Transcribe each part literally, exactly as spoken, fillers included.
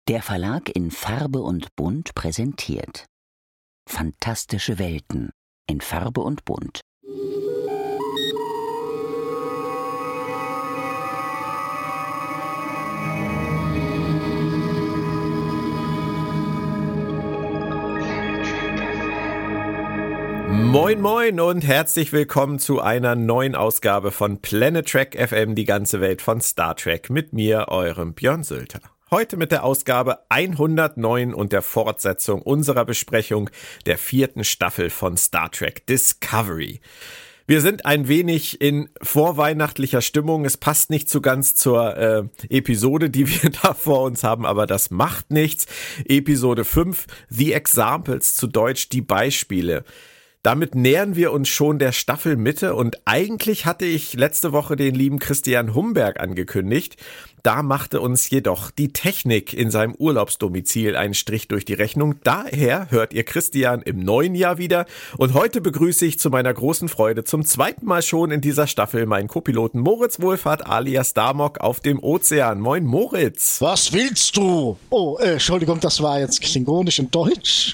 Der Verlag in Farbe und Bunt präsentiert Fantastische Welten in Farbe und Bunt. Moin moin und herzlich willkommen zu einer neuen Ausgabe von Planet Trek F M, die ganze Welt von Star Trek, mit mir, eurem Björn Sülter. Heute mit der Ausgabe hundertneun und der Fortsetzung unserer Besprechung der vierten Staffel von Star Trek Discovery. Wir sind ein wenig in vorweihnachtlicher Stimmung. Es passt nicht so ganz zur äh, Episode, die wir da vor uns haben, aber das macht nichts. Episode fünf, The Examples, zu Deutsch die Beispiele. Damit nähern wir uns schon der Staffelmitte und eigentlich hatte ich letzte Woche den lieben Christian Humberg angekündigt. Da machte uns jedoch die Technik in seinem Urlaubsdomizil einen Strich durch die Rechnung. Daher hört ihr Christian im neuen Jahr wieder. Und heute begrüße ich zu meiner großen Freude zum zweiten Mal schon in dieser Staffel meinen Co-Piloten Moritz Wohlfahrt alias Damok auf dem Ozean. Moin Moritz. Was willst du? Oh, äh, Entschuldigung, das war jetzt klingonisch und deutsch.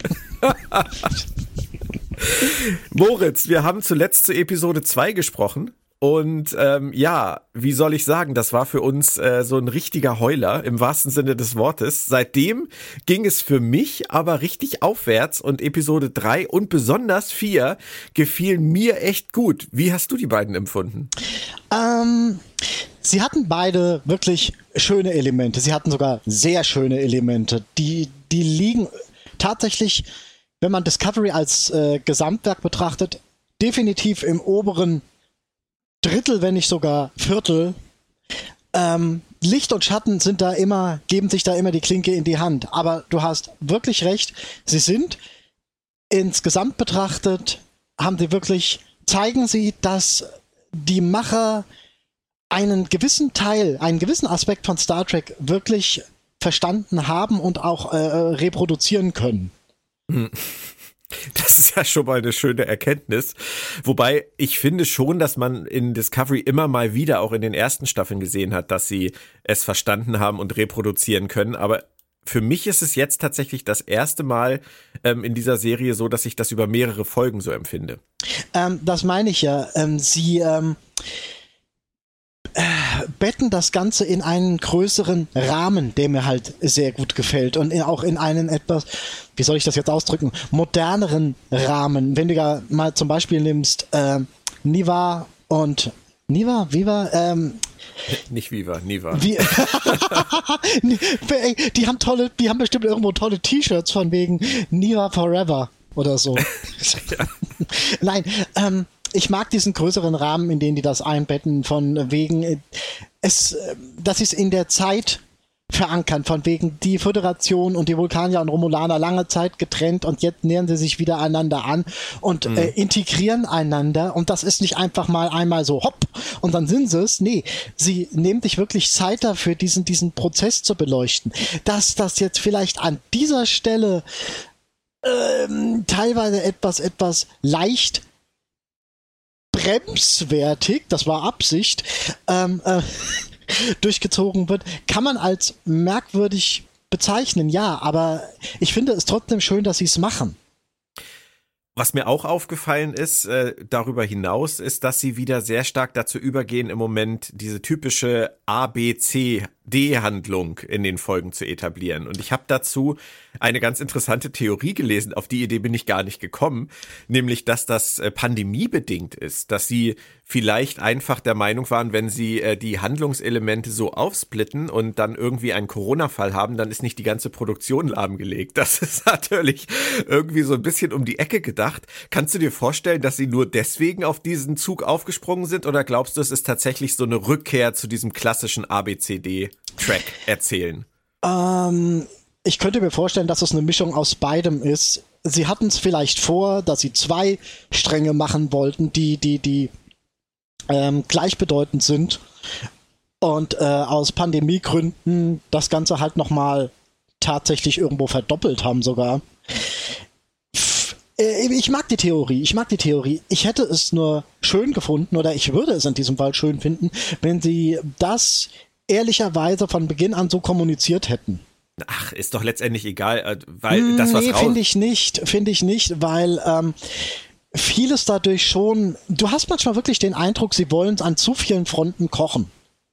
Moritz, wir haben zuletzt zu Episode zwei gesprochen und ähm, ja, wie soll ich sagen, das war für uns äh, so ein richtiger Heuler im wahrsten Sinne des Wortes. Seitdem ging es für mich aber richtig aufwärts und Episode drei und besonders vier gefielen mir echt gut. Wie hast du die beiden empfunden? Ähm, sie hatten beide wirklich schöne Elemente. Sie hatten sogar sehr schöne Elemente. Die, die liegen tatsächlich, wenn man Discovery als äh, Gesamtwerk betrachtet, definitiv im oberen Drittel, wenn nicht sogar Viertel. Ähm, Licht und Schatten sind da immer, geben sich da immer die Klinke in die Hand. Aber du hast wirklich recht, sie sind insgesamt betrachtet, haben sie wirklich, zeigen sie, dass die Macher einen gewissen Teil, einen gewissen Aspekt von Star Trek wirklich verstanden haben und auch äh, reproduzieren können. Das ist ja schon mal eine schöne Erkenntnis. Wobei ich finde schon, dass man in Discovery immer mal wieder auch in den ersten Staffeln gesehen hat, dass sie es verstanden haben und reproduzieren können. Aber für mich ist es jetzt tatsächlich das erste Mal ähm, in dieser Serie so, dass ich das über mehrere Folgen so empfinde. Ähm, das meine ich ja. Ähm, sie ähm betten das Ganze in einen größeren Rahmen, der mir halt sehr gut gefällt und in, auch in einen etwas, wie soll ich das jetzt ausdrücken, moderneren Rahmen. Wenn du ja mal zum Beispiel nimmst äh, Niva und Niva, Viva, ähm, nicht Viva, Niva. Wie, die haben tolle, die haben bestimmt irgendwo tolle T-Shirts von wegen Niva Forever oder so. Ja. Nein, ähm, ich mag diesen größeren Rahmen, in den die das einbetten, von wegen, es, dass sie es in der Zeit verankern, von wegen die Föderation und die Vulkanier und Romulaner lange Zeit getrennt und jetzt nähern sie sich wieder einander an und mhm. äh, integrieren einander und das ist nicht einfach mal einmal so hopp und dann sind sie es. Nee, sie nehmen sich wirklich Zeit dafür, diesen, diesen Prozess zu beleuchten. Dass das jetzt vielleicht an dieser Stelle ähm, teilweise etwas, etwas leicht bremswertig, das war Absicht, ähm, äh, durchgezogen wird, kann man als merkwürdig bezeichnen, ja, aber ich finde es trotzdem schön, dass sie es machen. Was mir auch aufgefallen ist, äh, darüber hinaus, ist, dass sie wieder sehr stark dazu übergehen, im Moment diese typische A B C D-Handlung in den Folgen zu etablieren. Und ich habe dazu eine ganz interessante Theorie gelesen, auf die Idee bin ich gar nicht gekommen, nämlich, dass das äh, pandemiebedingt ist, dass sie vielleicht einfach der Meinung waren, wenn sie äh, die Handlungselemente so aufsplitten und dann irgendwie einen Corona-Fall haben, dann ist nicht die ganze Produktion lahmgelegt. Das ist natürlich irgendwie so ein bisschen um die Ecke gedacht. Kannst du dir vorstellen, dass sie nur deswegen auf diesen Zug aufgesprungen sind oder glaubst du, es ist tatsächlich so eine Rückkehr zu diesem klassischen A B C D-Track erzählen? Ähm, ich könnte mir vorstellen, dass es eine Mischung aus beidem ist. Sie hatten es vielleicht vor, dass sie zwei Stränge machen wollten, die, die, die ähm, gleichbedeutend sind und äh, aus Pandemiegründen das Ganze halt nochmal tatsächlich irgendwo verdoppelt haben sogar. Ich mag die Theorie, ich mag die Theorie. Ich hätte es nur schön gefunden, oder ich würde es in diesem Fall schön finden, wenn sie das ehrlicherweise von Beginn an so kommuniziert hätten. Ach, ist doch letztendlich egal, weil das, was nee, raus... finde ich nicht, finde ich nicht, weil ähm, vieles dadurch schon, du hast manchmal wirklich den Eindruck, sie wollen an zu vielen Fronten kochen.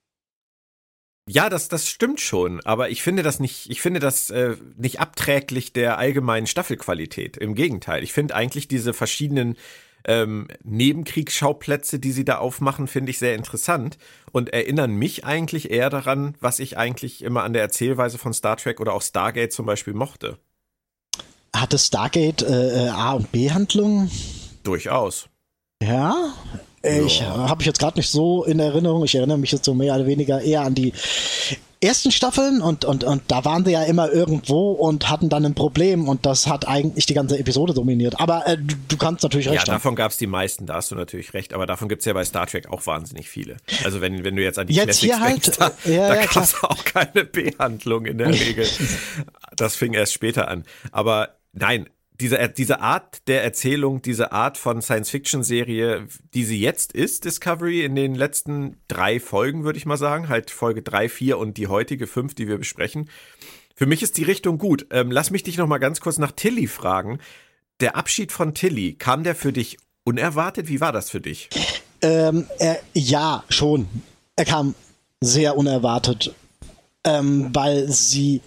Ja, das, das stimmt schon, aber ich finde das nicht, ich finde das äh, nicht abträglich der allgemeinen Staffelqualität. Im Gegenteil, ich finde eigentlich diese verschiedenen ähm, Nebenkriegsschauplätze, die sie da aufmachen, finde ich sehr interessant und erinnern mich eigentlich eher daran, was ich eigentlich immer an der Erzählweise von Star Trek oder auch Stargate zum Beispiel mochte. Hatte Stargate äh, A- und B-Handlungen? Durchaus. Ja, ich Ja. habe ich jetzt gerade nicht so in Erinnerung. Ich erinnere mich jetzt so mehr oder weniger eher an die ersten Staffeln und, und, und da waren sie ja immer irgendwo und hatten dann ein Problem und das hat eigentlich die ganze Episode dominiert. Aber äh, du, du kannst natürlich Ja, recht haben. davon gab es die meisten, da hast du natürlich recht, aber davon gibt es ja bei Star Trek auch wahnsinnig viele. Also wenn, wenn du jetzt an die Jetzt Classics hier halt, denkst, da, äh, ja, da ja, gab es auch keine Behandlung in der Regel. Das fing erst später an. Aber nein, diese, diese Art der Erzählung, diese Art von Science-Fiction-Serie, die sie jetzt ist, Discovery, in den letzten drei Folgen, würde ich mal sagen, halt Folge drei, vier und die heutige fünf, die wir besprechen. Für mich ist die Richtung gut. Ähm, lass mich dich noch mal ganz kurz nach Tilly fragen. Der Abschied von Tilly, kam der für dich unerwartet? Wie war das für dich? Ähm, äh, ja, schon. Er kam sehr unerwartet, ähm, weil sie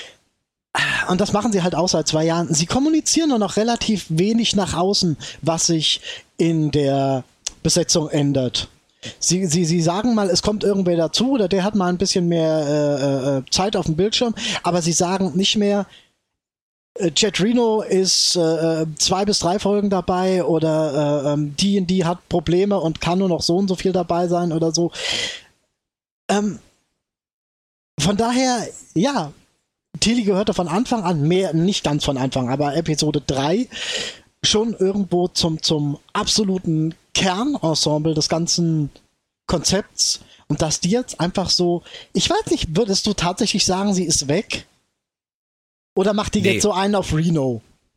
und das machen sie halt auch seit zwei Jahren. Sie kommunizieren nur noch relativ wenig nach außen, was sich in der Besetzung ändert. Sie, sie, sie sagen mal, es kommt irgendwer dazu oder der hat mal ein bisschen mehr äh, Zeit auf dem Bildschirm, aber sie sagen nicht mehr, äh, Jet Reno ist äh, zwei bis drei Folgen dabei oder äh, die und die hat Probleme und kann nur noch so und so viel dabei sein oder so. Ähm, von daher, ja, Tilly gehörte von Anfang an, mehr, nicht ganz von Anfang, aber Episode drei schon irgendwo zum, zum absoluten Kernensemble des ganzen Konzepts und dass die jetzt einfach so, ich weiß nicht, würdest du tatsächlich sagen, sie ist weg? Oder macht die Nee. jetzt so einen auf Reno?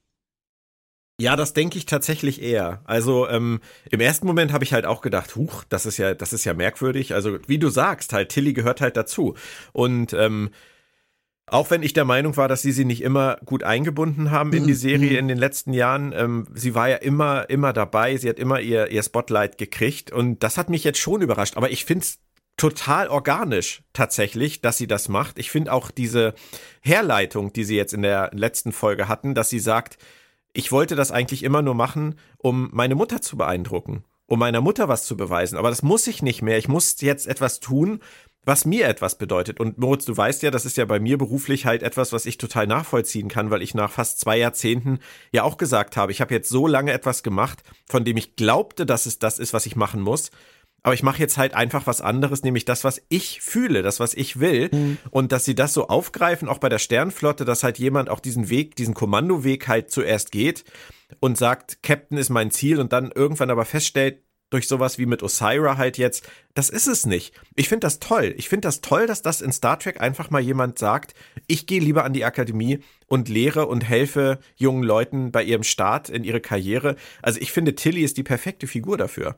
Ja, das denke ich tatsächlich eher. Also ähm, im ersten Moment habe ich halt auch gedacht, huch, das ist ja, das ist ja merkwürdig. Also wie du sagst, halt Tilly gehört halt dazu. Und ähm, auch wenn ich der Meinung war, dass sie sie nicht immer gut eingebunden haben in die Serie in den letzten Jahren, ähm, sie war ja immer, immer dabei, sie hat immer ihr, ihr Spotlight gekriegt und das hat mich jetzt schon überrascht, aber ich find's total organisch tatsächlich, dass sie das macht. Ich finde auch diese Herleitung, die sie jetzt in der letzten Folge hatten, dass sie sagt, ich wollte das eigentlich immer nur machen, um meine Mutter zu beeindrucken, um meiner Mutter was zu beweisen, aber das muss ich nicht mehr, ich muss jetzt etwas tun, was mir etwas bedeutet. Und Moritz, du weißt ja, das ist ja bei mir beruflich halt etwas, was ich total nachvollziehen kann, weil ich nach fast zwei Jahrzehnten ja auch gesagt habe, ich habe jetzt so lange etwas gemacht, von dem ich glaubte, dass es das ist, was ich machen muss. Aber ich mache jetzt halt einfach was anderes, nämlich das, was ich fühle, das, was ich will. Mhm. Und dass sie das so aufgreifen, auch bei der Sternflotte, dass halt jemand auch diesen Weg, diesen Kommandoweg halt zuerst geht und sagt, Captain ist mein Ziel und dann irgendwann aber feststellt, durch sowas wie mit Osyraa halt jetzt, das ist es nicht. Ich finde das toll. Ich finde das toll, dass das in Star Trek einfach mal jemand sagt, ich gehe lieber an die Akademie und lehre und helfe jungen Leuten bei ihrem Start in ihre Karriere. Also ich finde, Tilly ist die perfekte Figur dafür.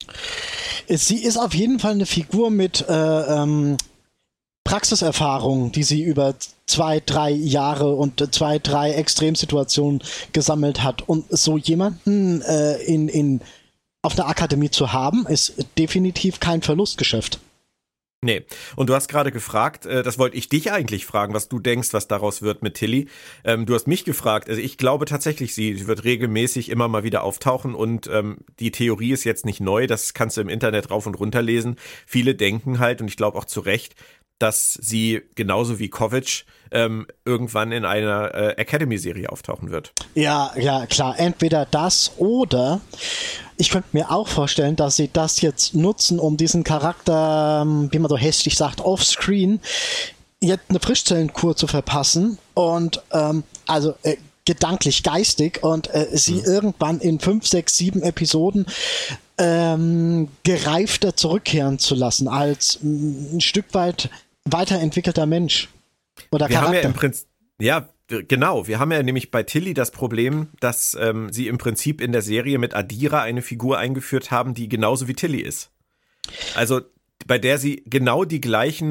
Sie ist auf jeden Fall eine Figur mit äh, ähm, Praxiserfahrung, die sie über zwei, drei Jahre und zwei, drei Extremsituationen gesammelt hat. Und so jemanden äh, in, in auf der Akademie zu haben, ist definitiv kein Verlustgeschäft. Nee, und du hast gerade gefragt, äh, das wollte ich dich eigentlich fragen, was du denkst, was daraus wird mit Tilly. Ähm, du hast mich gefragt, also ich glaube tatsächlich, sie wird regelmäßig immer mal wieder auftauchen und ähm, die Theorie ist jetzt nicht neu, das kannst du im Internet rauf und runter lesen. Viele denken halt, und ich glaube auch zu Recht, dass sie genauso wie Kovic ähm, irgendwann in einer äh, Academy-Serie auftauchen wird. Ja, ja, klar. Entweder das oder ich könnte mir auch vorstellen, dass sie das jetzt nutzen, um diesen Charakter, wie man so hässlich sagt, offscreen jetzt eine Frischzellenkur zu verpassen und ähm, also äh, gedanklich, geistig und äh, sie mhm. irgendwann in fünf, sechs, sieben Episoden ähm, gereifter zurückkehren zu lassen als ein Stück weit weiterentwickelter Mensch oder Wir Charakter. Haben ja, im Prinzip, ja, genau. Wir haben ja nämlich bei Tilly das Problem, dass ähm, sie im Prinzip in der Serie mit Adira eine Figur eingeführt haben, die genauso wie Tilly ist. Also bei der sie genau die gleichen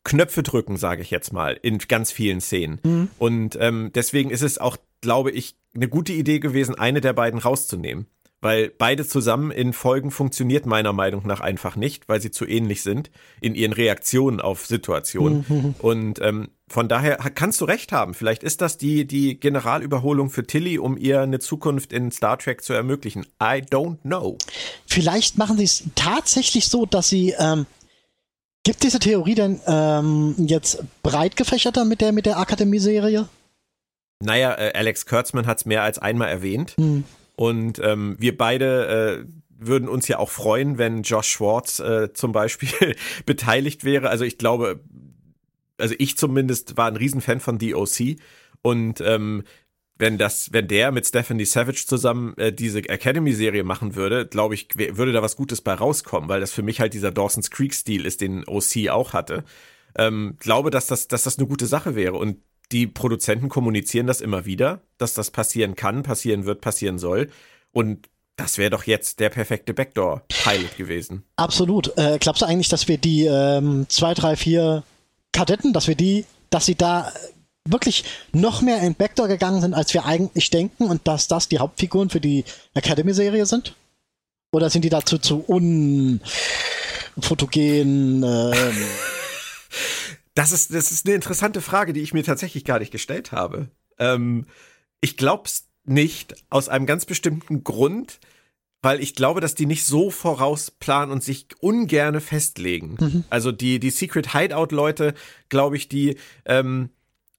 Knöpfe drücken, sage ich jetzt mal, in ganz vielen Szenen. Mhm. Und ähm, deswegen ist es auch, glaube ich, eine gute Idee gewesen, eine der beiden rauszunehmen. Weil beide zusammen in Folgen funktioniert meiner Meinung nach einfach nicht, weil sie zu ähnlich sind in ihren Reaktionen auf Situationen. Mhm. Und ähm, von daher kannst du recht haben. Vielleicht ist das die, die Generalüberholung für Tilly, um ihr eine Zukunft in Star Trek zu ermöglichen. I don't know. Vielleicht machen sie es tatsächlich so, dass sie, ähm, gibt diese Theorie denn ähm, jetzt breit gefächerter mit der, mit der Akademie-Serie? Naja, äh, Alex Kurtzman hat es mehr als einmal erwähnt. Hm. Und ähm, wir beide äh, würden uns ja auch freuen, wenn Josh Schwartz äh, zum Beispiel beteiligt wäre. Also ich glaube, also ich zumindest war ein Riesenfan von D O C. Und ähm, wenn das, wenn der mit Stephanie Savage zusammen äh, diese Academy-Serie machen würde, glaube ich, würde da was Gutes bei rauskommen, weil das für mich halt dieser Dawson's Creek-Stil ist, den O C auch hatte. Ähm, glaube, dass das, dass das eine gute Sache wäre. Und die Produzenten kommunizieren das immer wieder, dass das passieren kann, passieren wird, passieren soll. Und das wäre doch jetzt der perfekte Backdoor-Pilot gewesen. Absolut. Äh, glaubst du eigentlich, dass wir die ähm, zwei, drei, vier Kadetten, dass wir die, dass sie da wirklich noch mehr in Backdoor gegangen sind, als wir eigentlich denken und dass das die Hauptfiguren für die Academy-Serie sind? Oder sind die dazu zu unfotogen? Ähm Das ist, das ist eine interessante Frage, die ich mir tatsächlich gar nicht gestellt habe. Ähm, ich glaub's nicht, aus einem ganz bestimmten Grund, weil ich glaube, dass die nicht so vorausplanen und sich ungerne festlegen. Mhm. Also die, die Secret Hideout-Leute, glaube ich, die, ähm,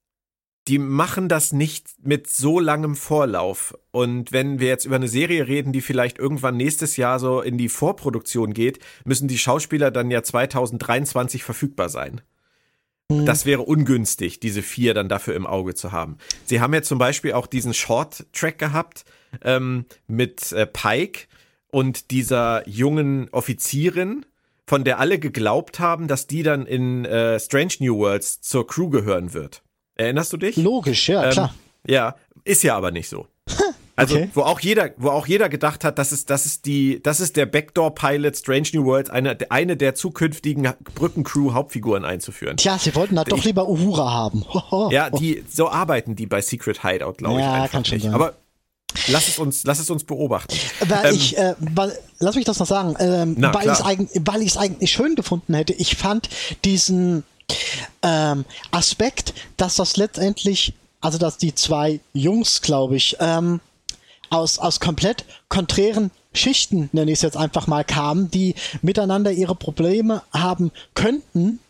die machen das nicht mit so langem Vorlauf. Und wenn wir jetzt über eine Serie reden, die vielleicht irgendwann nächstes Jahr so in die Vorproduktion geht, müssen die Schauspieler dann ja zwanzig dreiundzwanzig verfügbar sein. Das wäre ungünstig, diese vier dann dafür im Auge zu haben. Sie haben ja zum Beispiel auch diesen Short-Track gehabt ähm, mit äh, Pike und dieser jungen Offizierin, von der alle geglaubt haben, dass die dann in äh, Strange New Worlds zur Crew gehören wird. Erinnerst du dich? Logisch, ja, ähm, klar. Ja, ist ja aber nicht so. Also, okay. wo auch jeder, wo auch jeder gedacht hat, das ist, das ist die, das ist der Backdoor-Pilot Strange New Worlds, eine, eine der zukünftigen Brückencrew-Hauptfiguren einzuführen. Tja, sie wollten da doch lieber Uhura haben. Ja, die, so arbeiten die bei Secret Hideout, glaube ja, ich, einfach kann schon nicht. Sein. Aber lass es uns, lass es uns beobachten. Weil ähm, ich, äh, weil, lass mich das noch sagen, ähm, na, weil ich es eigentlich, weil ich es eigentlich schön gefunden hätte. Ich fand diesen ähm, Aspekt, dass das letztendlich, also dass die zwei Jungs, glaube ich, ähm, aus, aus komplett konträren Schichten, nenne ich es jetzt einfach mal, kamen, die miteinander ihre Probleme haben könnten,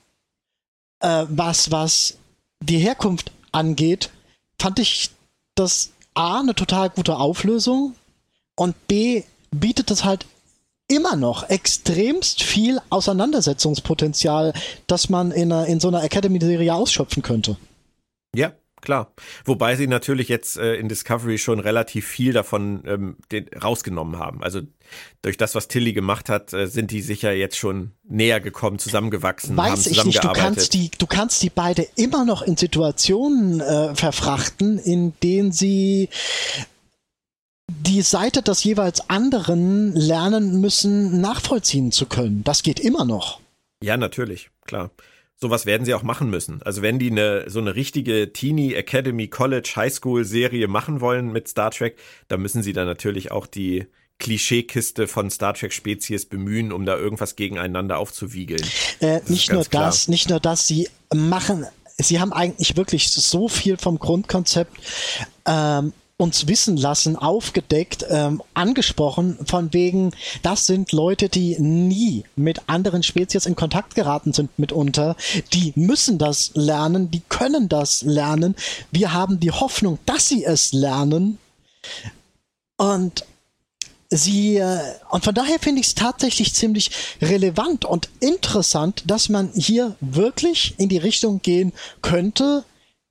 äh, was, was die Herkunft angeht, fand ich das A, eine total gute Auflösung und B, bietet es halt immer noch extremst viel Auseinandersetzungspotenzial, das man in, einer, in so einer Academy-Serie ausschöpfen könnte. Ja, klar. Wobei sie natürlich jetzt äh, in Discovery schon relativ viel davon ähm, den, rausgenommen haben. Also durch das, was Tilly gemacht hat, äh, sind die sicher jetzt schon näher gekommen, zusammengewachsen, Weiß haben ich nicht, du zusammengearbeitet. kannst die, du kannst die beide immer noch in Situationen äh, verfrachten, in denen sie die Seite des jeweils anderen lernen müssen, nachvollziehen zu können. Das geht immer noch. Ja, natürlich, klar. Sowas werden sie auch machen müssen. Also wenn die eine so eine richtige Teenie Academy College Highschool Serie machen wollen mit Star Trek, dann müssen sie dann natürlich auch die Klischeekiste von Star Trek Spezies bemühen, um da irgendwas gegeneinander aufzuwiegeln. Äh, nicht nur das, klar. nicht nur das, sie machen, sie haben eigentlich wirklich so viel vom Grundkonzept ähm, uns wissen lassen, aufgedeckt, ähm, angesprochen, von wegen, das sind Leute, die nie mit anderen Spezies in Kontakt geraten sind mitunter. Die müssen das lernen, die können das lernen. Wir haben die Hoffnung, dass sie es lernen. Und sie, äh, und von daher finde ich es tatsächlich ziemlich relevant und interessant, dass man hier wirklich in die Richtung gehen könnte,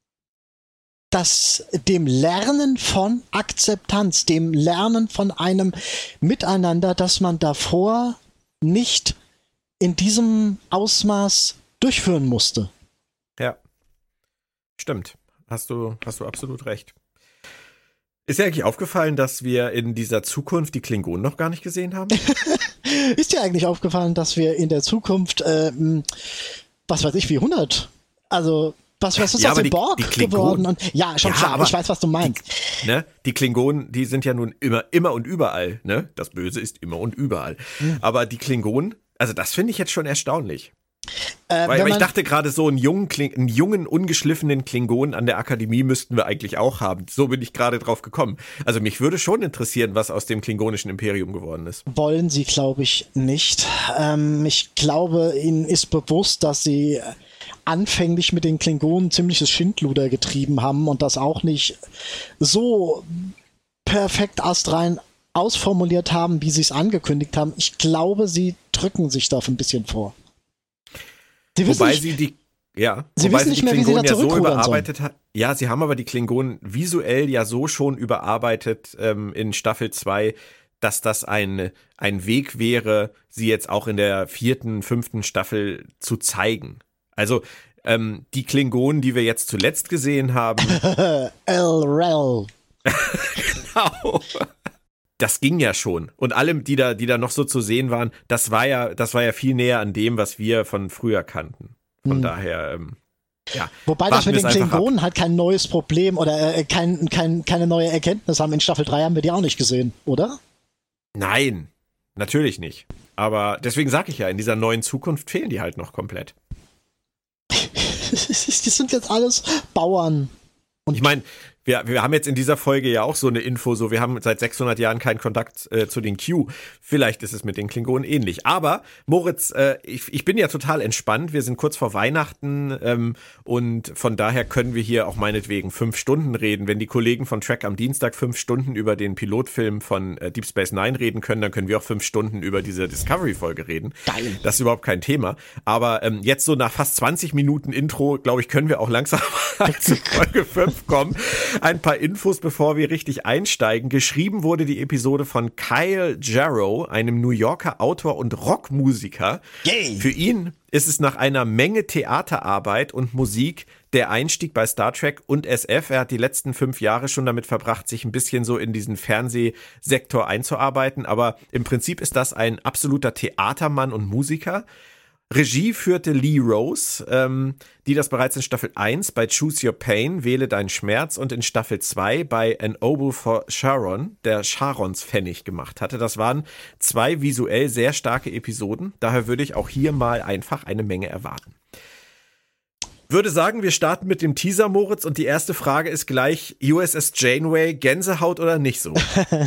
dass dem Lernen von Akzeptanz, dem Lernen von einem Miteinander, das man davor nicht in diesem Ausmaß durchführen musste. Ja, stimmt. Hast du, hast du absolut recht. Ist dir eigentlich aufgefallen, dass wir in dieser Zukunft die Klingonen noch gar nicht gesehen haben? Ist dir eigentlich aufgefallen, dass wir in der Zukunft ähm, was weiß ich, wie hundert. Also, was, was ist ja, aus dem die, Borg die geworden? Und, ja, schon ja, klar, aber ich weiß, was du meinst. Die, ne, die Klingonen, die sind ja nun immer, immer und überall, ne? Das Böse ist immer und überall. Mhm. Aber die Klingonen, also das finde ich jetzt schon erstaunlich. Äh, weil, weil ich dachte gerade so, einen jungen, einen jungen, ungeschliffenen Klingon an der Akademie müssten wir eigentlich auch haben. So bin ich gerade drauf gekommen. Also mich würde schon interessieren, was aus dem klingonischen Imperium geworden ist. Wollen sie, glaube ich, nicht. Ähm, ich glaube, ihnen ist bewusst, dass sie anfänglich mit den Klingonen ziemliches Schindluder getrieben haben und das auch nicht so perfekt astrein ausformuliert haben, wie sie es angekündigt haben. Ich glaube, sie drücken sich da ein bisschen vor. Sie wobei nicht, sie die, ja, sie wobei wissen sie nicht die mehr, Klingonen wie sie da ja so überarbeitet sollen. hat. Ja, sie haben aber die Klingonen visuell ja so schon überarbeitet ähm, in Staffel zwei, dass das ein, ein Weg wäre, sie jetzt auch in der vierten, fünften Staffel zu zeigen. Also ähm, die Klingonen, die wir jetzt zuletzt gesehen haben. El-Rel. Genau. Das ging ja schon. Und alle, die da, die da noch so zu sehen waren, das war ja, das war ja viel näher an dem, was wir von früher kannten. Von hm. daher, ähm, ja. Wobei das mit den Klingonen halt kein neues Problem oder äh, kein, kein, keine neue Erkenntnis haben. In Staffel drei haben wir die auch nicht gesehen, oder? Nein, natürlich nicht. Aber deswegen sage ich ja, in dieser neuen Zukunft fehlen die halt noch komplett. Die sind jetzt alles Bauern. Und ich meine, wir, wir haben jetzt in dieser Folge ja auch so eine Info, so wir haben seit sechshundert Jahren keinen Kontakt äh, zu den Q. Vielleicht ist es mit den Klingonen ähnlich. Aber Moritz, äh, ich, ich bin ja total entspannt. Wir sind kurz vor Weihnachten ähm, und von daher können wir hier auch meinetwegen fünf Stunden reden. Wenn die Kollegen von Trek am Dienstag fünf Stunden über den Pilotfilm von äh, Deep Space Nine reden können, dann können wir auch fünf Stunden über diese Discovery-Folge reden. Geil. Das ist überhaupt kein Thema. Aber ähm, jetzt so nach fast zwanzig Minuten Intro, glaube ich, können wir auch langsam zu Folge fünf kommen. Ein paar Infos, bevor wir richtig einsteigen. Geschrieben wurde die Episode von Kyle Jarrow, einem New Yorker Autor und Rockmusiker. Yay. Für ihn ist es nach einer Menge Theaterarbeit und Musik der Einstieg bei Star Trek und S F. Er hat die letzten fünf Jahre schon damit verbracht, sich ein bisschen so in diesen Fernsehsektor einzuarbeiten. Aber im Prinzip ist das ein absoluter Theatermann und Musiker. Regie führte Lee Rose, ähm, die das bereits in Staffel eins bei Choose Your Pain, Wähle deinen Schmerz und in Staffel zwei bei An Oboe for Sharon, der Sharons Pfennig gemacht hatte. Das waren zwei visuell sehr starke Episoden, daher würde ich auch hier mal einfach eine Menge erwarten. Würde sagen, wir starten mit dem Teaser, Moritz, und die erste Frage ist gleich U S S Janeway, Gänsehaut oder nicht so?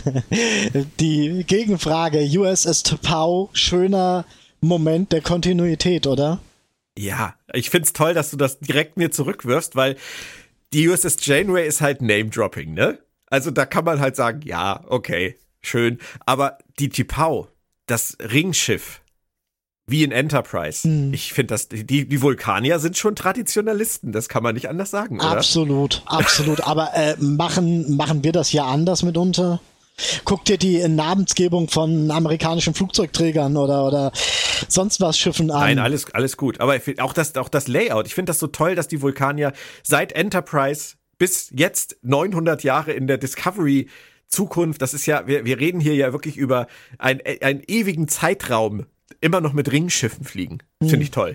Die Gegenfrage, U S S T'Pau, schöner Moment der Kontinuität, oder? Ja, ich find's toll, dass du das direkt mir zurückwirfst, weil die U S S Janeway ist halt Name-Dropping, ne? Also da kann man halt sagen, ja, okay, schön. Aber die T'Pau, das Ringschiff, wie in Enterprise, hm. ich finde das, die, die Vulkanier sind schon Traditionalisten, das kann man nicht anders sagen, oder? Absolut, absolut. Aber äh, machen, machen wir das ja anders mitunter? Guck dir die Namensgebung von amerikanischen Flugzeugträgern oder, oder sonst was Schiffen an. Nein, alles, alles gut. Aber auch das, auch das Layout. Ich finde das so toll, dass die Vulkanier seit Enterprise bis jetzt neunhundert Jahre in der Discovery Zukunft, das ist ja, wir, wir reden hier ja wirklich über ein, einen ewigen Zeitraum, immer noch mit Ringschiffen fliegen. Finde hm. ich toll.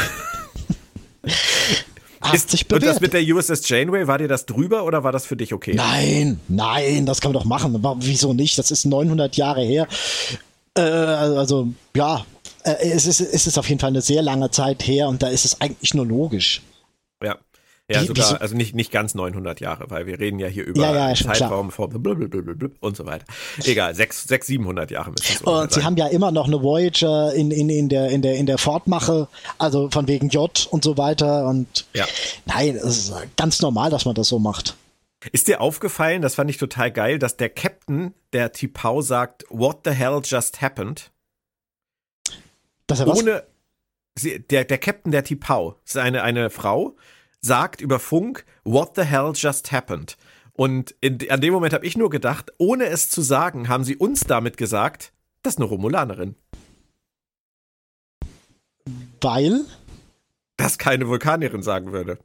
Ist, sich und das mit der U S S Janeway, war dir das drüber oder war das für dich okay? Nein, nein, das kann man doch machen. Wieso nicht? Das ist neunhundert Jahre her. Äh, also, ja, äh, es, ist, es ist auf jeden Fall eine sehr lange Zeit her und da ist es eigentlich nur logisch. Ja, ja die, sogar, die, also nicht, nicht ganz neunhundert Jahre, weil wir reden ja hier über ja, ja, einen Zeitraum von blablabla und so weiter. Egal, sechshundert, siebenhundert Jahre müssen es Und sie sein. haben ja immer noch eine Voyager in, in, in, der, in, der, in der Fortmache, also von wegen J und so weiter. Und ja. Nein, es ist ganz normal, dass man das so macht. Ist dir aufgefallen, das fand ich total geil, dass der Captain der T'Pau sagt, what the hell just happened? Dass er was? Ohne, sie, der, der Captain der T'Pau, ist eine, eine Frau, sagt über Funk, what the hell just happened? Und in, an dem Moment habe ich nur gedacht, ohne es zu sagen, haben sie uns damit gesagt, das ist eine Romulanerin. Weil? Das keine Vulkanierin sagen würde.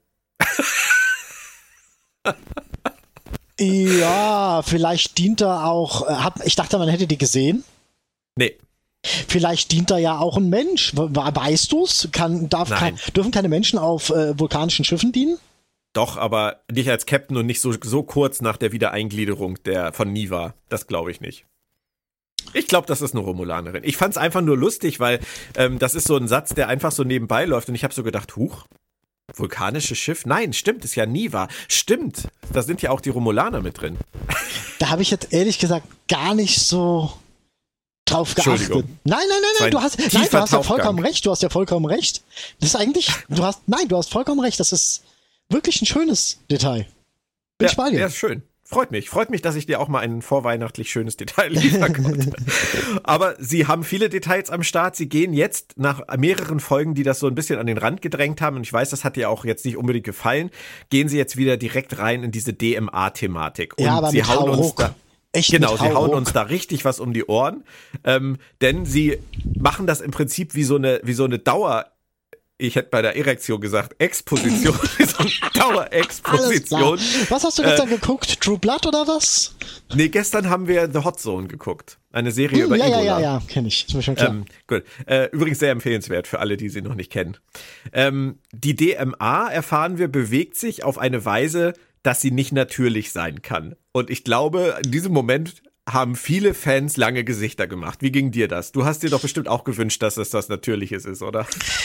Ja, vielleicht dient er auch, hat, ich dachte, man hätte die gesehen. Nee. Vielleicht dient da ja auch ein Mensch. Weißt du's? Kann, darf, kann, dürfen keine Menschen auf äh, vulkanischen Schiffen dienen? Doch, aber nicht als Captain und nicht so, so kurz nach der Wiedereingliederung der, von Niva. Das glaube ich nicht. Ich glaube, das ist eine Romulanerin. Ich fand es einfach nur lustig, weil ähm, das ist so ein Satz, der einfach so nebenbei läuft und ich habe so gedacht, huch, vulkanisches Schiff? Nein, stimmt, ist ja Niva. Stimmt, da sind ja auch die Romulaner mit drin. Da habe ich jetzt ehrlich gesagt gar nicht so drauf geachtet. Nein, nein, nein, nein, du hast, nein, du hast ja vollkommen recht, du hast ja vollkommen recht. Das ist eigentlich, du hast, nein, du hast vollkommen recht, das ist wirklich ein schönes Detail. Bin ich bei dir. Ja, ist schön. Freut mich. Freut mich, dass ich dir auch mal ein vorweihnachtlich schönes Detail liefern konnte. Aber sie haben viele Details am Start. Sie gehen jetzt nach mehreren Folgen, die das so ein bisschen an den Rand gedrängt haben, und ich weiß, das hat dir auch jetzt nicht unbedingt gefallen, gehen sie jetzt wieder direkt rein in diese D M A-Thematik. Und ja, aber sie mit hauen Hauruck. uns da Echt genau, mit sie hauen Hauruck. uns da richtig was um die Ohren. Ähm, denn sie machen das im Prinzip wie so eine, wie so eine Dauer- Ich hätte bei der Erektion gesagt, Exposition, so eine Dauerexposition. Was hast du gestern äh, geguckt? True Blood oder was? Nee, gestern haben wir The Hot Zone geguckt. Eine Serie hm, über ja, Ebola. Ja, ja, ja, kenne ich. Ist mir schon klar. Ähm, gut. Äh, übrigens sehr empfehlenswert für alle, die sie noch nicht kennen. Ähm, die D M A, erfahren wir, bewegt sich auf eine Weise, dass sie nicht natürlich sein kann. Und ich glaube, in diesem Moment haben viele Fans lange Gesichter gemacht. Wie ging dir das? Du hast dir doch bestimmt auch gewünscht, dass es das Natürliches ist, oder?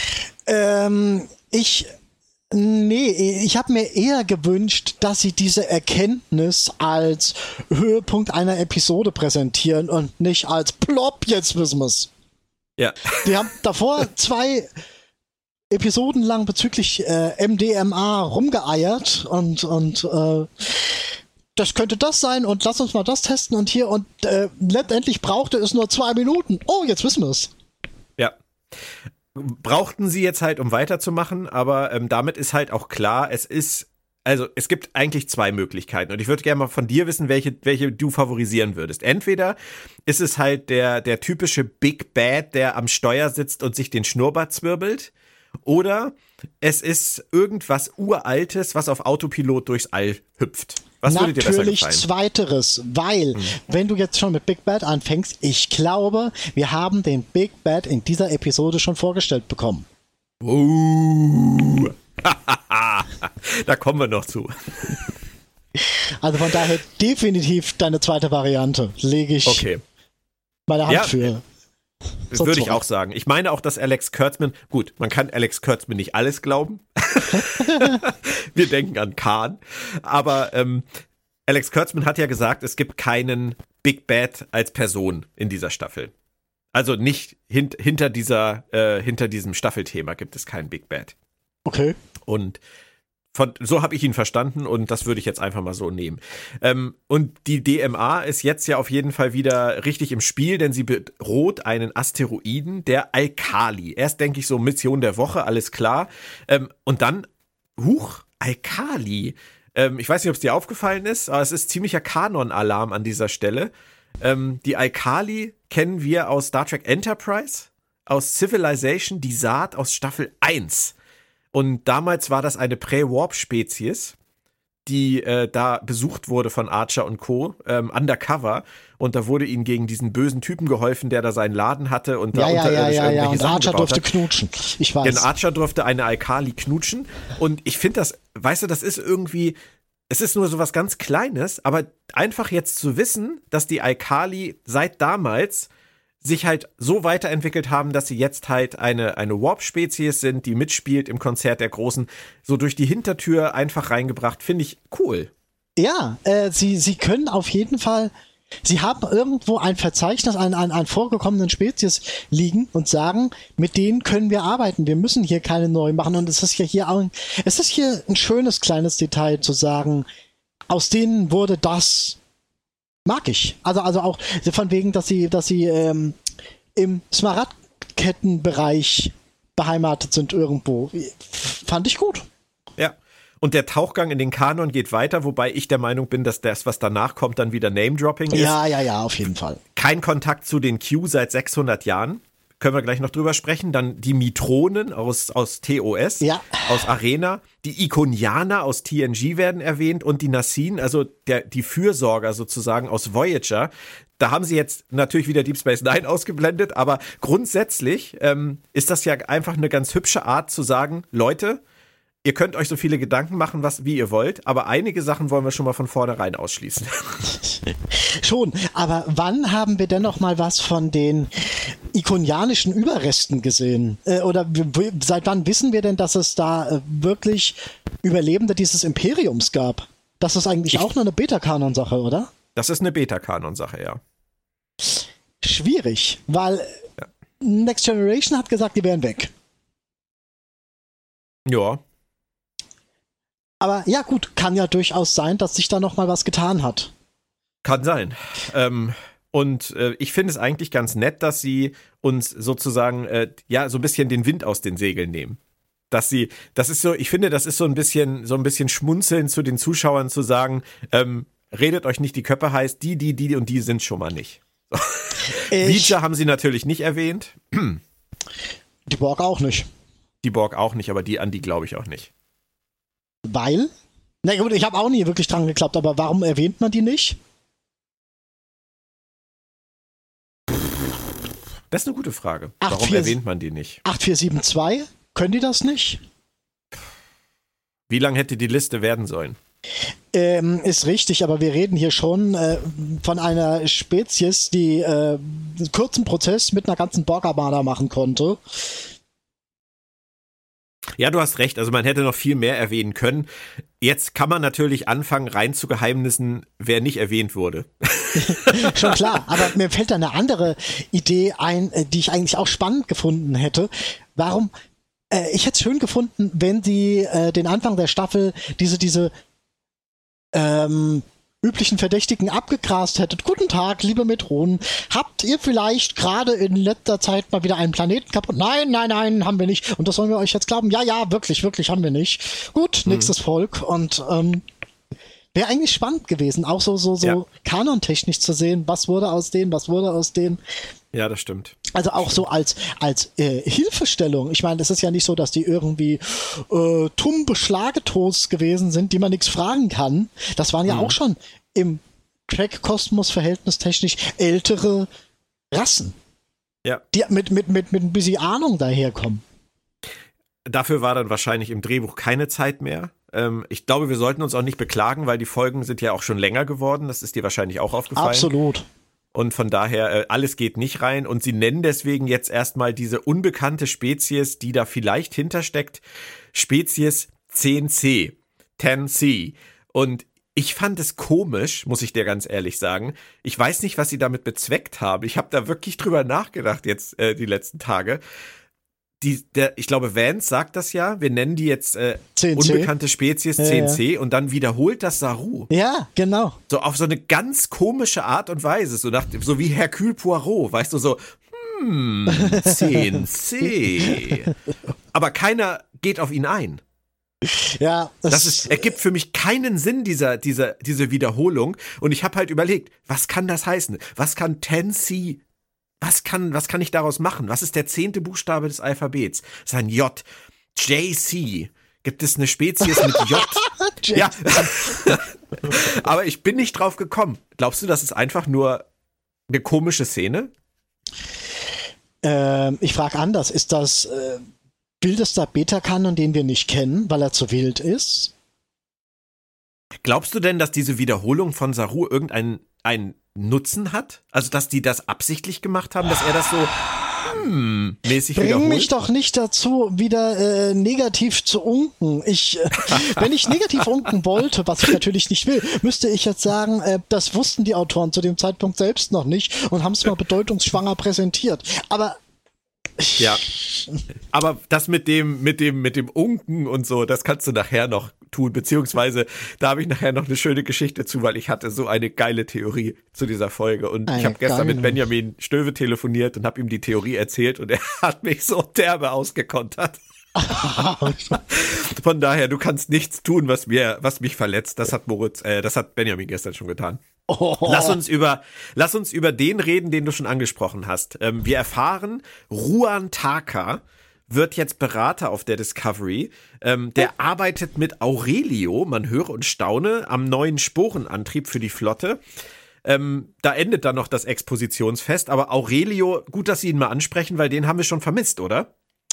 Ähm, ich, nee, ich habe mir eher gewünscht, dass sie diese Erkenntnis als Höhepunkt einer Episode präsentieren und nicht als Plop, jetzt wissen wir's. Ja. Die haben davor zwei Episoden lang bezüglich äh, M D M A rumgeeiert und, und äh, das könnte das sein und lass uns mal das testen und hier und äh, letztendlich brauchte es nur zwei Minuten. Oh, jetzt wissen wir es. Ja. Brauchten sie jetzt halt, um weiterzumachen, aber ähm, damit ist halt auch klar, es ist, also es gibt eigentlich zwei Möglichkeiten und ich würde gerne mal von dir wissen, welche, welche du favorisieren würdest. Entweder ist es halt der, der typische Big Bad, der am Steuer sitzt und sich den Schnurrbart zwirbelt, oder es ist irgendwas Uraltes, was auf Autopilot durchs All hüpft. Was würde dir besser gefallen? Natürlich zweiteres, weil, hm. wenn du jetzt schon mit Big Bad anfängst, ich glaube, wir haben den Big Bad in dieser Episode schon vorgestellt bekommen. Uh. Da kommen wir noch zu. Also von daher definitiv deine zweite Variante. Lege ich okay. meine Hand ja. für. Das würde ich auch sagen. Ich meine auch, dass Alex Kurtzman, gut, man kann Alex Kurtzman nicht alles glauben. Wir denken an Khan. Aber ähm, Alex Kurtzman hat ja gesagt, es gibt keinen Big Bad als Person in dieser Staffel. Also nicht hint, hinter dieser, äh, hinter diesem Staffelthema gibt es keinen Big Bad. Okay. Und Von, so habe ich ihn verstanden und das würde ich jetzt einfach mal so nehmen. Ähm, und die D M A ist jetzt ja auf jeden Fall wieder richtig im Spiel, denn sie bedroht einen Asteroiden, der Alkali. Erst denke ich so Mission der Woche, alles klar. Ähm, und dann, huch, Alkali. Ähm, ich weiß nicht, ob es dir aufgefallen ist, aber es ist ziemlicher Kanon-Alarm an dieser Stelle. Ähm, die Alkali kennen wir aus Star Trek Enterprise, aus Civilization, die Saat aus Staffel eins. Und damals war das eine Prä-Warp-Spezies, die äh, da besucht wurde von Archer und Co. Ähm, undercover. Und da wurde ihnen gegen diesen bösen Typen geholfen, der da seinen Laden hatte und da ja, unterirdisch ja, ja, ja, irgendwelche und Sachen Archer gebaut durfte hat. knutschen. Ich weiß. Denn Archer durfte eine Alkali knutschen. Und ich finde das, weißt du, das ist irgendwie, es ist nur so was ganz Kleines, aber einfach jetzt zu wissen, dass die Alkali seit damals sich halt so weiterentwickelt haben, dass sie jetzt halt eine, eine Warp-Spezies sind, die mitspielt im Konzert der Großen, so durch die Hintertür einfach reingebracht, finde ich cool. Ja, äh, sie, sie können auf jeden Fall, sie haben irgendwo ein Verzeichnis an, an, an vorgekommenen Spezies liegen und sagen, mit denen können wir arbeiten, wir müssen hier keine neuen machen und es ist ja hier auch, ein, es ist hier ein schönes kleines Detail zu sagen, aus denen wurde das. Mag ich. Also, also auch von wegen, dass sie, dass sie ähm, im Smaragdkettenbereich beheimatet sind irgendwo. Fand ich gut. Ja. Und der Tauchgang in den Kanon geht weiter, wobei ich der Meinung bin, dass das, was danach kommt, dann wieder Name-Dropping ist. Ja, ja, ja, auf jeden Fall. Kein Kontakt zu den Q seit sechshundert Jahren. Können wir gleich noch drüber sprechen. Dann die Mitronen aus, aus T O S, ja. aus Arena. Die Ikonianer aus T N G werden erwähnt und die Nassin, also der, die Fürsorger sozusagen aus Voyager, da haben sie jetzt natürlich wieder Deep Space Nine ausgeblendet, aber grundsätzlich ähm, ist das ja einfach eine ganz hübsche Art zu sagen, Leute, ihr könnt euch so viele Gedanken machen, was wie ihr wollt, aber einige Sachen wollen wir schon mal von vornherein ausschließen. Schon, aber wann haben wir denn noch mal was von den ikonianischen Überresten gesehen? Äh, oder w- seit wann wissen wir denn, dass es da äh, wirklich Überlebende dieses Imperiums gab? Das ist eigentlich Ich- auch nur eine Beta-Kanon-Sache, oder? Das ist eine Beta-Kanon-Sache, ja. Schwierig, weil Ja. Next Generation hat gesagt, die wären weg. Ja, Aber ja gut, kann ja durchaus sein, dass sich da noch mal was getan hat. kann sein. Ähm, und äh, ich finde es eigentlich ganz nett, dass sie uns sozusagen äh, ja so ein bisschen den Wind aus den Segeln nehmen. Dass sie, das ist so, ich finde, das ist so ein bisschen, so ein bisschen Schmunzeln zu den Zuschauern zu sagen, ähm, redet euch nicht die Köpfe heiß, die, die, die und die sind schon mal nicht. Ich, Vija haben sie natürlich nicht erwähnt, die Borg auch nicht. die Borg auch nicht, aber die an die glaube ich auch nicht. Weil? Na gut, ich habe auch nie wirklich dran geglaubt, aber warum erwähnt man die nicht? Das ist eine gute Frage. Ach, Warum vier- erwähnt man die nicht? acht vier sieben zwei? Können die das nicht? Wie lang hätte die Liste werden sollen? Ähm, ist richtig, aber wir reden hier schon äh, von einer Spezies, die äh, einen kurzen Prozess mit einer ganzen Borg-Armada machen konnte. Ja, du hast recht. Also man hätte noch viel mehr erwähnen können. Jetzt kann man natürlich anfangen, rein zu Geheimnissen, wer nicht erwähnt wurde. Schon klar, aber mir fällt da eine andere Idee ein, äh, die ich eigentlich auch spannend gefunden hätte. Warum? Äh, ich hätte es schön gefunden, wenn sie äh, den Anfang der Staffel diese, diese ähm, üblichen Verdächtigen abgegrast hättet. Guten Tag, liebe Metronen. Habt ihr vielleicht gerade in letzter Zeit mal wieder einen Planeten kaputt? Nein, nein, nein, haben wir nicht. Und das sollen wir euch jetzt glauben? Ja, ja, wirklich, wirklich haben wir nicht. Gut, nächstes Volk. Und ähm, wäre eigentlich spannend gewesen, auch so, so, so Ja. kanontechnisch zu sehen, was wurde aus denen, was wurde aus denen. Ja, das stimmt. Also auch so als, als äh, Hilfestellung. Ich meine, es ist ja nicht so, dass die irgendwie äh, tumbe Schlagetos gewesen sind, die man nichts fragen kann. Das waren ja Mhm. auch schon im Track-Kosmos verhältnistechnisch ältere Rassen, Ja. die mit, mit, mit, mit ein bisschen Ahnung daherkommen. Dafür war dann wahrscheinlich im Drehbuch keine Zeit mehr. Ähm, ich glaube, wir sollten uns auch nicht beklagen, weil die Folgen sind ja auch schon länger geworden. Das ist dir wahrscheinlich auch aufgefallen. Absolut. Und von daher, äh, alles geht nicht rein. Und sie nennen deswegen jetzt erstmal diese unbekannte Spezies, die da vielleicht hintersteckt, Spezies zehn C. zehn C. Und ich fand es komisch, muss ich dir ganz ehrlich sagen. Ich weiß nicht, was sie damit bezweckt haben. Ich habe da wirklich drüber nachgedacht jetzt äh, die letzten Tage. Die, der, ich glaube, Vance sagt das ja. Wir nennen die jetzt äh, zehn C. unbekannte Spezies Ja, zehn C und dann wiederholt das Saru. Ja, genau. So auf so eine ganz komische Art und Weise. So, nach, so wie Hercule Poirot, weißt du, so, hm, zehn C. Aber keiner geht auf ihn ein. Ja, Das ist, ergibt für mich keinen Sinn, dieser, dieser, diese Wiederholung. Und ich habe halt überlegt, was kann das heißen? Was kann zehn C, was kann, was kann ich daraus machen? Was ist der zehnte Buchstabe des Alphabets? Das ist ein J. J C. Gibt es eine Spezies mit J? Ja. Aber ich bin nicht drauf gekommen. Glaubst du, das ist einfach nur eine komische Szene? Ähm, ich frage anders, ist das äh, wildester Beta-Kanon, den wir nicht kennen, weil er zu wild ist? Glaubst du denn, dass diese Wiederholung von Saru irgendeinen einen Nutzen hat? Also, dass die das absichtlich gemacht haben, dass er das so hm, mäßig Bring wiederholt? mich doch nicht dazu, wieder äh, negativ zu unken. Ich, äh, wenn ich negativ unken wollte, was ich natürlich nicht will, müsste ich jetzt sagen, äh, das wussten die Autoren zu dem Zeitpunkt selbst noch nicht und haben es mal bedeutungsschwanger präsentiert. Aber Ja. Aber das mit dem, mit dem, mit dem Unken und so, das kannst du nachher noch tun, beziehungsweise da habe ich nachher noch eine schöne Geschichte zu, weil ich hatte so eine geile Theorie zu dieser Folge und Eine ich habe gestern mit geile. Benjamin Stöve telefoniert und habe ihm die Theorie erzählt und er hat mich so derbe ausgekontert. Von daher, du kannst nichts tun, was mir, was mich verletzt. Das hat Moritz, äh, das hat Benjamin gestern schon getan. oh, Lass uns über, lass uns über den reden, den du schon angesprochen hast. Ähm, wir erfahren, Ruan Taka wird jetzt Berater auf der Discovery. Ähm, der arbeitet mit Aurelio, man höre und staune, am neuen Sporenantrieb für die Flotte. Ähm, da endet dann noch das Expositionsfest, aber Aurelio, gut, dass Sie ihn mal ansprechen, weil den haben wir schon vermisst, oder?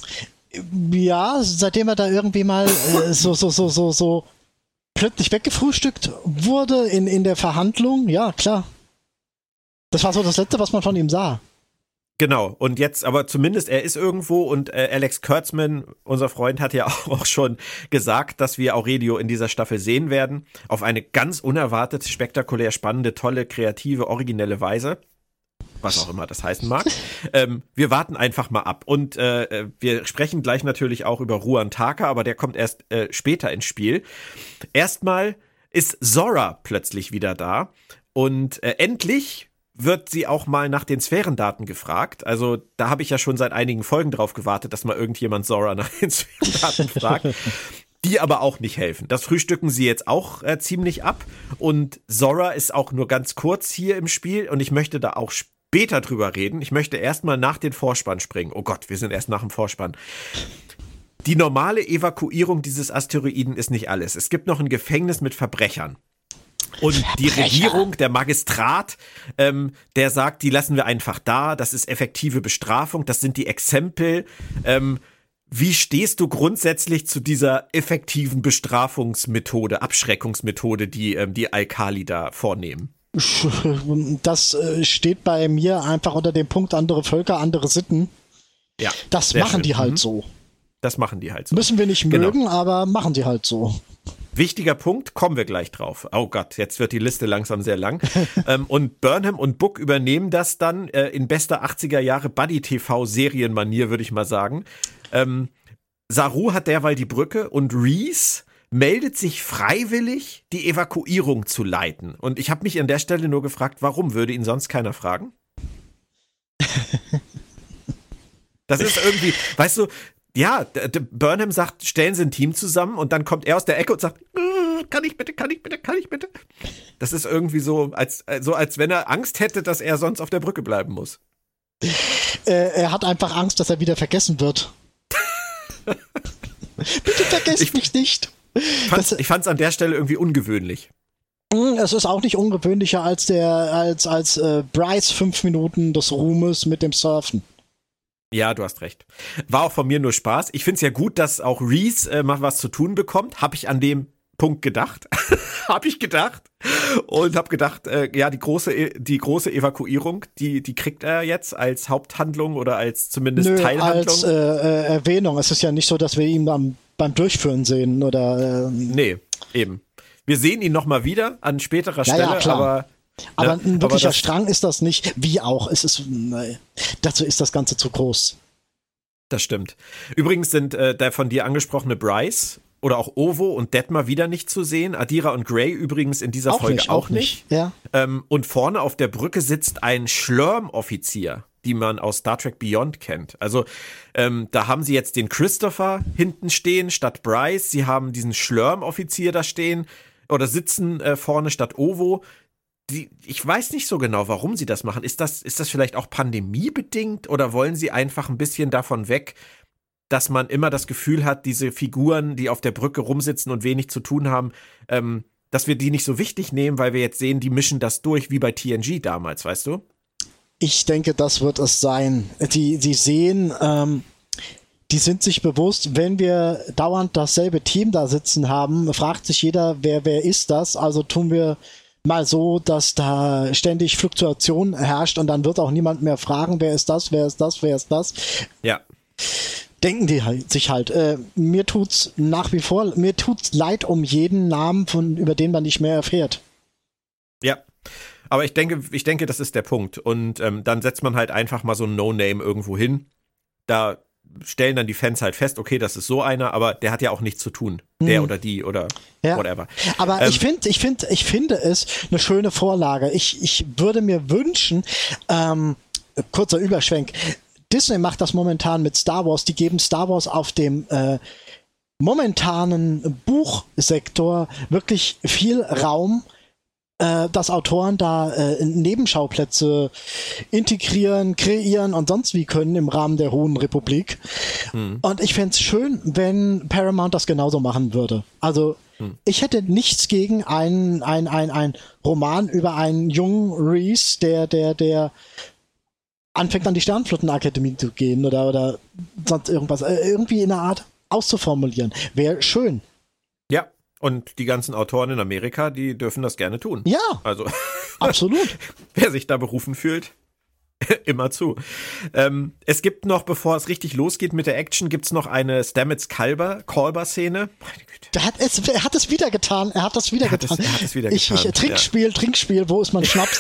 Ja, seitdem er da irgendwie mal äh, so, so, so, so, so plötzlich weggefrühstückt wurde in, in der Verhandlung, ja, klar. Das war so das Letzte, was man von ihm sah. Genau, und jetzt, aber zumindest er ist irgendwo und äh, Alex Kurtzman, unser Freund, hat ja auch schon gesagt, dass wir Aurelio in dieser Staffel sehen werden, auf eine ganz unerwartet, spektakulär spannende, tolle, kreative, originelle Weise, was auch immer das heißen mag. ähm, wir warten einfach mal ab und äh, wir sprechen gleich natürlich auch über Ruan Taka, aber der kommt erst äh, später ins Spiel. Erstmal ist Zora plötzlich wieder da und äh, endlich wird sie auch mal nach den Sphärendaten gefragt. Also da habe ich ja schon seit einigen Folgen drauf gewartet, dass mal irgendjemand Zora nach den Sphärendaten fragt, die aber auch nicht helfen. Das frühstücken sie jetzt auch äh, ziemlich ab und Zora ist auch nur ganz kurz hier im Spiel und ich möchte da auch später drüber reden. Ich möchte erstmal nach den Vorspann springen. Oh Gott, wir sind erst nach dem Vorspann. Die normale Evakuierung dieses Asteroiden ist nicht alles. Es gibt noch ein Gefängnis mit Verbrechern. Und Verbrecher. Die Regierung, der Magistrat, ähm, der sagt, die lassen wir einfach da, das ist effektive Bestrafung, das sind die Exempel. Ähm, wie stehst du grundsätzlich zu dieser effektiven Bestrafungsmethode, Abschreckungsmethode, die ähm, die Alkali da vornehmen? Das äh, steht bei mir einfach unter dem Punkt andere Völker, andere Sitten. Ja, das machen schön. die halt mhm. so. Das machen die halt so. Müssen wir nicht genau. mögen, aber machen die halt so. Wichtiger Punkt, kommen wir gleich drauf. Oh Gott, jetzt wird die Liste langsam sehr lang. ähm, und Burnham und Book übernehmen das dann äh, in bester achtziger Jahre Buddy-T V-Serienmanier, würde ich mal sagen. Ähm, Saru hat derweil die Brücke und Reese meldet sich freiwillig, die Evakuierung zu leiten. Und ich habe mich an der Stelle nur gefragt, warum würde ihn sonst keiner fragen? Das ist irgendwie, weißt du, ja, Burnham sagt, stellen Sie ein Team zusammen und dann kommt er aus der Ecke und sagt, kann ich bitte, kann ich bitte, kann ich bitte? Das ist irgendwie so, als, so, als wenn er Angst hätte, dass er sonst auf der Brücke bleiben muss. Äh, er hat einfach Angst, dass er wieder vergessen wird. Bitte vergesst ich, mich nicht. Fand's, ich fand es an der Stelle irgendwie ungewöhnlich. Es ist auch nicht ungewöhnlicher als der, als, als äh, Bryce fünf Minuten des Ruhmes mit dem Surfen. Ja, du hast recht. War auch von mir nur Spaß. Ich finde es ja gut, dass auch Reese äh, mal was zu tun bekommt. Habe ich an dem Punkt gedacht. habe ich gedacht. Und habe gedacht, äh, ja, die große die große Evakuierung, die die kriegt er jetzt als Haupthandlung oder als zumindest Nö, Teilhandlung. als äh, äh, Erwähnung. Es ist ja nicht so, dass wir ihn am, beim Durchführen sehen. oder. Ähm nee, eben. Wir sehen ihn nochmal wieder an späterer ja, Stelle, ja, klar. aber... Aber ne, ein wirklicher aber das, Strang ist das nicht, wie auch. Es ist, äh, dazu ist das Ganze zu groß. Das stimmt. Übrigens sind äh, der von dir angesprochene Bryce oder auch Ovo und Detmar wieder nicht zu sehen. Adira und Grey übrigens in dieser auch Folge nicht, auch auch nicht. nicht. Ja. Ähm, und vorne auf der Brücke sitzt ein Schlurm-Offizier, die man aus Star Trek Beyond kennt. Also ähm, da haben sie jetzt den Christopher hinten stehen statt Bryce. Sie haben diesen Schlurm-Offizier da stehen oder sitzen äh, vorne statt Ovo. Die, ich weiß nicht so genau, warum sie das machen. Ist das, ist das vielleicht auch pandemiebedingt oder wollen sie einfach ein bisschen davon weg, dass man immer das Gefühl hat, diese Figuren, die auf der Brücke rumsitzen und wenig zu tun haben, ähm, dass wir die nicht so wichtig nehmen, weil wir jetzt sehen, die mischen das durch wie bei T N G damals, weißt du? Ich denke, das wird es sein. Die, die sehen, ähm, die sind sich bewusst, wenn wir dauernd dasselbe Team da sitzen haben, fragt sich jeder, wer, wer ist das? Also tun wir mal so, dass da ständig Fluktuation herrscht und dann wird auch niemand mehr fragen, wer ist das, wer ist das, wer ist das. Ja. Denken die halt, sich halt. Äh, mir tut's nach wie vor, mir tut's leid um jeden Namen, von, über den man nicht mehr erfährt. Ja. Aber ich denke, ich denke, das ist der Punkt. Und ähm, dann setzt man halt einfach mal so ein No-Name irgendwo hin. Da stellen dann die Fans halt fest, okay, das ist so einer, aber der hat ja auch nichts zu tun. Der hm. oder die oder ja. whatever. Aber ähm, ich finde, ich finde, ich finde es eine schöne Vorlage. Ich, ich würde mir wünschen, ähm, kurzer Überschwenk, Disney macht das momentan mit Star Wars. Die geben Star Wars auf dem äh, momentanen Buchsektor wirklich viel Raum, äh, dass Autoren da äh, Nebenschauplätze integrieren, kreieren und sonst wie können im Rahmen der Hohen Republik. Hm. Und ich fände es schön, wenn Paramount das genauso machen würde. Also hm. ich hätte nichts gegen einen ein, ein, ein Roman über einen jungen Reese, der, der, der anfängt an die Sternflottenakademie zu gehen oder, oder sonst irgendwas, äh, irgendwie in einer Art auszuformulieren. Wäre schön. Ja, und die ganzen Autoren in Amerika, die dürfen das gerne tun. Ja, also absolut. Wer sich da berufen fühlt, immer zu. Ähm, es gibt noch, bevor es richtig losgeht mit der Action, gibt es noch eine Stamets-Kalber-Szene. Der hat es, er hat es wieder getan. Er hat das wieder er getan. Es, er hat es wieder ich, getan. Ich, Trinkspiel, ja. Trinkspiel, wo ist mein Schnaps?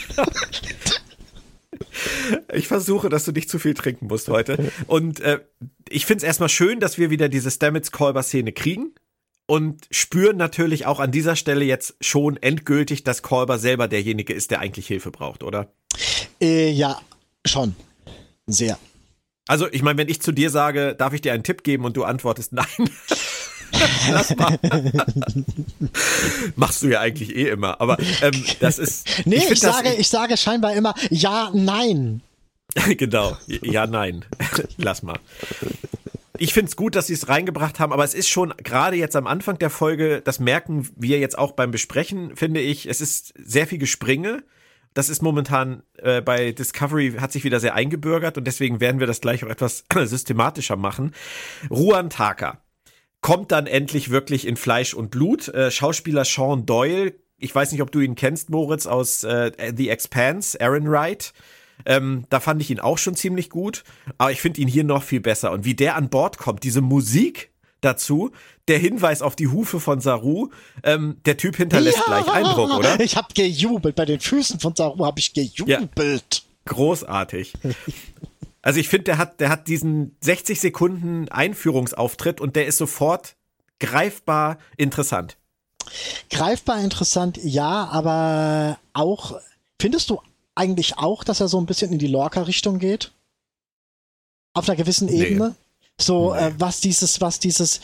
Ich versuche, dass du nicht zu viel trinken musst heute. Und äh, ich finde es erstmal schön, dass wir wieder diese Stamets-Kalber-Szene kriegen. Und spüren natürlich auch an dieser Stelle jetzt schon endgültig, dass Kalber selber derjenige ist, der eigentlich Hilfe braucht, oder? Äh, ja, schon. Sehr. Also, ich meine, wenn ich zu dir sage, darf ich dir einen Tipp geben und du antwortest nein. Lass mal. Machst du ja eigentlich eh immer, aber ähm, das ist... Nee, ich, ich sage, das, ich sage scheinbar immer ja, nein. Genau, ja, nein. Lass mal. Ich finde es gut, dass sie es reingebracht haben, aber es ist schon gerade jetzt am Anfang der Folge, das merken wir jetzt auch beim Besprechen, finde ich, es ist sehr viel Gespringe. Das ist momentan äh, bei Discovery, hat sich wieder sehr eingebürgert und deswegen werden wir das gleich auch etwas systematischer machen. Ruan Taka kommt dann endlich wirklich in Fleisch und Blut. Äh, Schauspieler Sean Doyle, ich weiß nicht, ob du ihn kennst, Moritz, aus äh, The Expanse, Aaron Wright. Ähm, da fand ich ihn auch schon ziemlich gut, aber ich finde ihn hier noch viel besser. Und wie der an Bord kommt, diese Musik dazu, der Hinweis auf die Hufe von Saru, ähm, der Typ hinterlässt ja, gleich Eindruck, oder? Ich habe gejubelt, bei den Füßen von Saru habe ich gejubelt. Ja, großartig. Also ich finde, der hat, der hat diesen sechzig Sekunden Einführungsauftritt und der ist sofort greifbar interessant. Greifbar interessant, ja, aber auch, findest du eigentlich auch, dass er so ein bisschen in die Lorca-Richtung geht? Auf einer gewissen nee. Ebene? So, nee. äh, was dieses, was dieses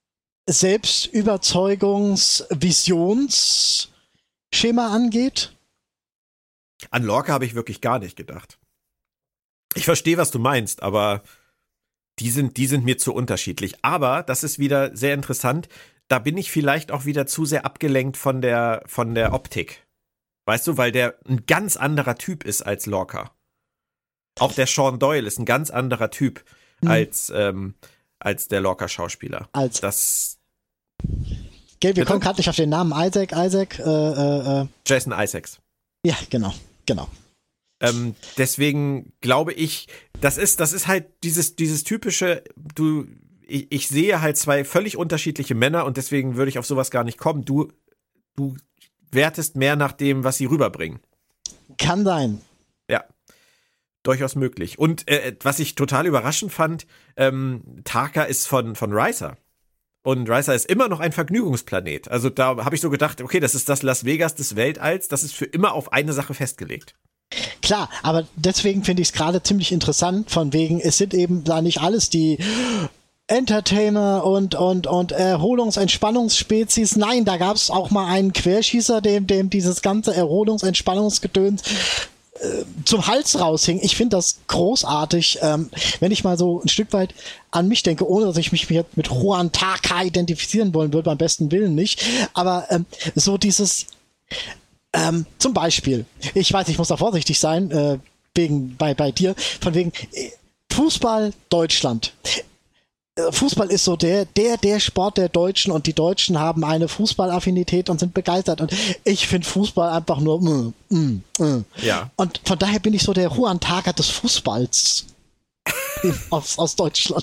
Selbstüberzeugungs-Visionsschema angeht? An Lorca habe ich wirklich gar nicht gedacht. Ich verstehe, was du meinst, aber die sind, die sind mir zu unterschiedlich. Aber das ist wieder sehr interessant. Da bin ich vielleicht auch wieder zu sehr abgelenkt von der, von der Optik. Weißt du, weil der ein ganz anderer Typ ist als Lorca. Auch der Sean Doyle ist ein ganz anderer Typ hm. als, ähm, als der Lorca-Schauspieler. Als das. Gell, wir kommen gerade nicht auf den Namen. Isaac, Isaac, äh, äh, Jason Isaacs. Ja, genau, genau. Ähm, deswegen glaube ich, das ist, das ist halt dieses, dieses typische, du, ich, ich sehe halt zwei völlig unterschiedliche Männer und deswegen würde ich auf sowas gar nicht kommen. Du, du wertest mehr nach dem, was sie rüberbringen. Kann sein. Ja, durchaus möglich. Und äh, was ich total überraschend fand, ähm, Taka ist von, von Risa. Und Risa ist immer noch ein Vergnügungsplanet. Also da habe ich so gedacht, okay, das ist das Las Vegas des Weltalls, das ist für immer auf eine Sache festgelegt. Klar, aber deswegen finde ich es gerade ziemlich interessant, von wegen, es sind eben da nicht alles die Entertainer und, und, und Erholungs-, Entspannungsspezies. Nein, da gab es auch mal einen Querschießer, dem, dem dieses ganze Erholungs-, Entspannungsgedöns äh, zum Hals raushing. Ich finde das großartig, ähm, wenn ich mal so ein Stück weit an mich denke, ohne dass ich mich mit Ruan Taka identifizieren wollen würde, beim besten Willen nicht. Aber ähm, so dieses, ähm, zum Beispiel, ich weiß, ich muss da vorsichtig sein, äh, wegen, bei, bei dir, von wegen äh, Fußball Deutschland. Fußball ist so der, der, der Sport der Deutschen und die Deutschen haben eine Fußballaffinität und sind begeistert und ich finde Fußball einfach nur mm, mm, mm. Ja. Und von daher bin ich so der Ruan Taka des Fußballs aus, aus Deutschland.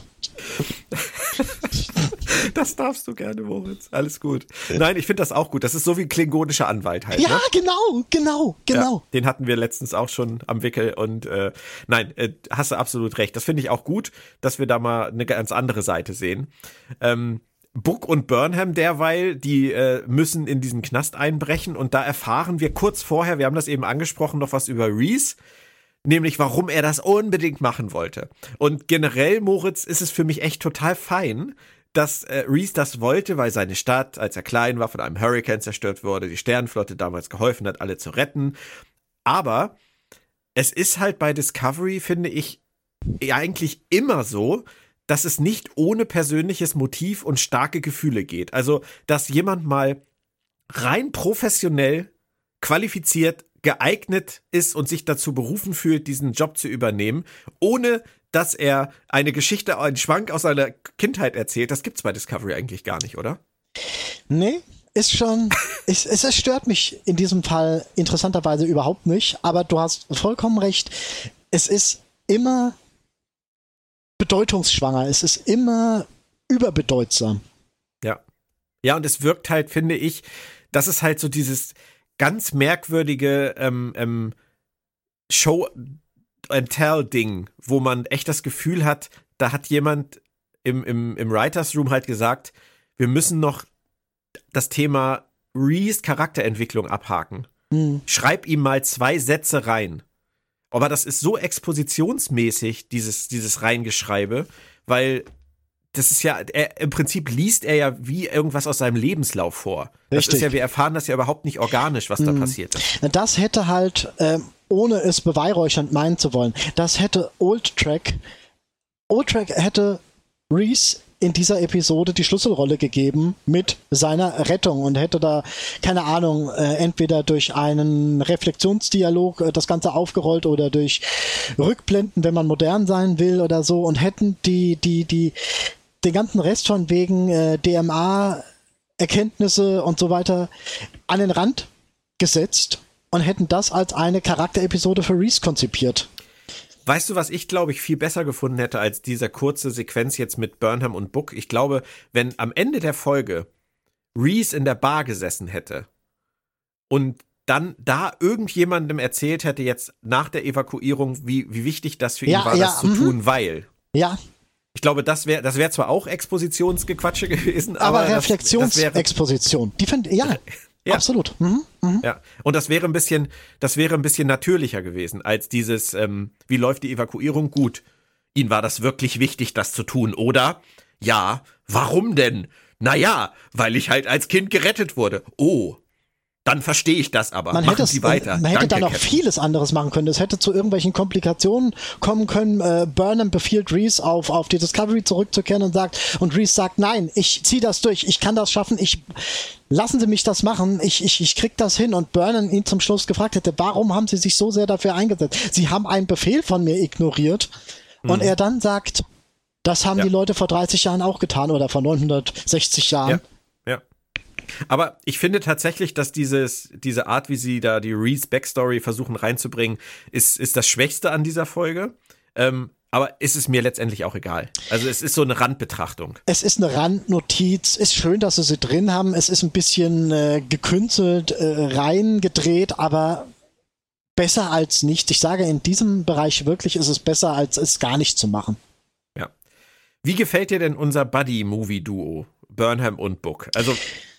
Das darfst du gerne, Moritz. Alles gut. Nein, ich finde das auch gut. Das ist so wie ein klingonischer Anwalt halt. Ja, ne? genau, genau, genau. Ja, den hatten wir letztens auch schon am Wickel und äh, nein, äh, hast du absolut recht. Das finde ich auch gut, dass wir da mal eine ganz andere Seite sehen. Ähm, Book und Burnham derweil, die äh, müssen in diesen Knast einbrechen und da erfahren wir kurz vorher, wir haben das eben angesprochen, noch was über Reese. Nämlich, warum er das unbedingt machen wollte. Und generell, Moritz, ist es für mich echt total fein, dass äh, Reese das wollte, weil seine Stadt, als er klein war, von einem Hurricane zerstört wurde, die Sternenflotte damals geholfen hat, alle zu retten. Aber es ist halt bei Discovery, finde ich, eigentlich immer so, dass es nicht ohne persönliches Motiv und starke Gefühle geht. Also, dass jemand mal rein professionell, qualifiziert, geeignet ist und sich dazu berufen fühlt, diesen Job zu übernehmen, ohne dass er eine Geschichte, einen Schwank aus seiner Kindheit erzählt. Das gibt's bei Discovery eigentlich gar nicht, oder? Nee, ist schon, es, es stört mich in diesem Fall interessanterweise überhaupt nicht, aber du hast vollkommen recht. Es ist immer bedeutungsschwanger, es ist immer überbedeutsam. Ja. Ja, und es wirkt halt, finde ich, das ist halt so dieses ganz merkwürdige ähm, ähm, Show-and-Tell-Ding, wo man echt das Gefühl hat, da hat jemand im, im, im Writers Room halt gesagt, wir müssen noch das Thema Rhys Charakterentwicklung abhaken. Hm. Schreib ihm mal zwei Sätze rein. Aber das ist so expositionsmäßig, dieses, dieses Reingeschreibe, weil das ist ja, er, im Prinzip liest er ja wie irgendwas aus seinem Lebenslauf vor. Das Richtig. ist ja, wir erfahren das ja überhaupt nicht organisch, was da mhm. passiert ist. Das hätte halt, ähm, ohne es beweihräuchernd meinen zu wollen, das hätte Old Track, Old Track hätte Rhys in dieser Episode die Schlüsselrolle gegeben mit seiner Rettung und hätte da, keine Ahnung, äh, entweder durch einen Reflexionsdialog äh, das Ganze aufgerollt oder durch Rückblenden, wenn man modern sein will oder so, und hätten die, die, die, den ganzen Rest von wegen äh, D M A-Erkenntnisse und so weiter an den Rand gesetzt und hätten das als eine Charakterepisode für Rhys konzipiert. Weißt du, was ich, glaube ich, viel besser gefunden hätte als diese kurze Sequenz jetzt mit Burnham und Book? Ich glaube, wenn am Ende der Folge Rhys in der Bar gesessen hätte und dann da irgendjemandem erzählt hätte jetzt nach der Evakuierung, wie, wie wichtig das für ihn ja, war, ja, das zu mhm. tun, weil. Ja. Ich glaube, das wäre das wär zwar auch Expositionsgequatsche gewesen, aber, aber Reflexionsexposition. Die finde ja. Ja. Absolut. Mhm. Mhm. Ja, und das wäre ein bisschen, das wäre ein bisschen natürlicher gewesen als dieses, ähm, wie läuft die Evakuierung? Gut, Ihnen war das wirklich wichtig, das zu tun, oder? Ja, warum denn? Naja, weil ich halt als Kind gerettet wurde. Oh, dann verstehe ich das aber. Man Machen hätte, Sie weiter. Man hätte Danke, da noch Captain. vieles anderes machen können. Es hätte zu irgendwelchen Komplikationen kommen können. Äh, Burnham befiehlt Rhys auf, auf die Discovery zurückzukehren und sagt, und Rhys sagt, nein, ich ziehe das durch, ich kann das schaffen, ich lassen Sie mich das machen, ich, ich, ich krieg das hin. Und Burnham ihn zum Schluss gefragt hätte, warum haben Sie sich so sehr dafür eingesetzt? Sie haben einen Befehl von mir ignoriert. Mhm. Und er dann sagt, das haben ja. die Leute vor dreißig Jahren auch getan oder vor neunhundertsechzig Jahren. Ja. Ja. Aber ich finde tatsächlich, dass dieses, diese Art, wie sie da die Rhys Backstory versuchen reinzubringen, ist, ist das Schwächste an dieser Folge. Ähm, aber ist es mir letztendlich auch egal. Also es ist so eine Randbetrachtung. Es ist eine Randnotiz. Ist schön, dass sie sie drin haben. Es ist ein bisschen äh, gekünstelt, äh, reingedreht, aber besser als nicht. Ich sage, in diesem Bereich wirklich ist es besser, als es gar nicht zu machen. Ja. Wie gefällt dir denn unser Buddy-Movie-Duo? Burnham und Book. Also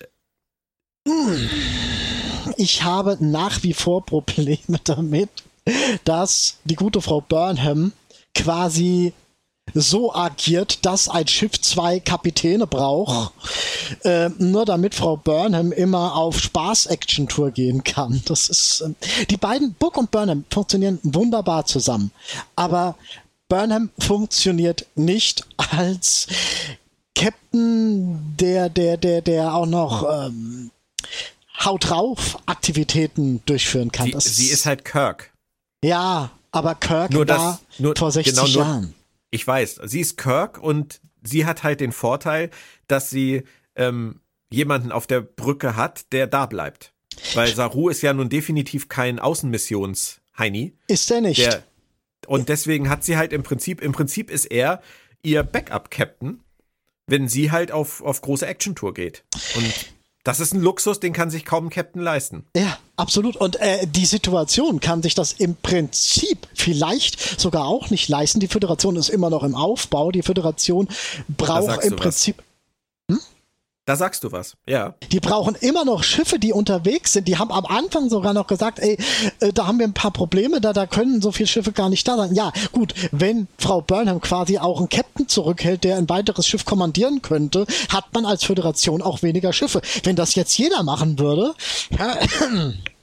ich habe nach wie vor Probleme damit, dass die gute Frau Burnham quasi so agiert, dass ein Schiff zwei Kapitäne braucht, äh, nur damit Frau Burnham immer auf Spaß-Action-Tour gehen kann. Das ist, äh, die beiden, Book und Burnham, funktionieren wunderbar zusammen. Aber Burnham funktioniert nicht als Captain, der, der, der, der auch noch ähm, Haut drauf Aktivitäten durchführen kann. Sie, das sie ist halt Kirk. Ja, aber Kirk nur das, war nur, vor sechzig genau, nur, Jahren. Ich weiß, sie ist Kirk und sie hat halt den Vorteil, dass sie ähm, jemanden auf der Brücke hat, der da bleibt. Weil Saru ist ja nun definitiv kein Außenmissions-Heini. Ist er nicht. Der, und deswegen hat sie halt im Prinzip, im Prinzip ist er ihr Backup-Captain, wenn sie halt auf, auf große Action-Tour geht. Und das ist ein Luxus, den kann sich kaum ein Captain leisten. Ja, absolut. Und äh, die Situation kann sich das im Prinzip vielleicht sogar auch nicht leisten. Die Föderation ist immer noch im Aufbau. Die Föderation braucht im Prinzip... Hm? Da sagst du was, ja. Die brauchen immer noch Schiffe, die unterwegs sind. Die haben am Anfang sogar noch gesagt, ey, äh, da haben wir ein paar Probleme, da, da können so viele Schiffe gar nicht da sein. Ja, gut, wenn Frau Burnham quasi auch einen Captain zurückhält, der ein weiteres Schiff kommandieren könnte, hat man als Föderation auch weniger Schiffe. Wenn das jetzt jeder machen würde,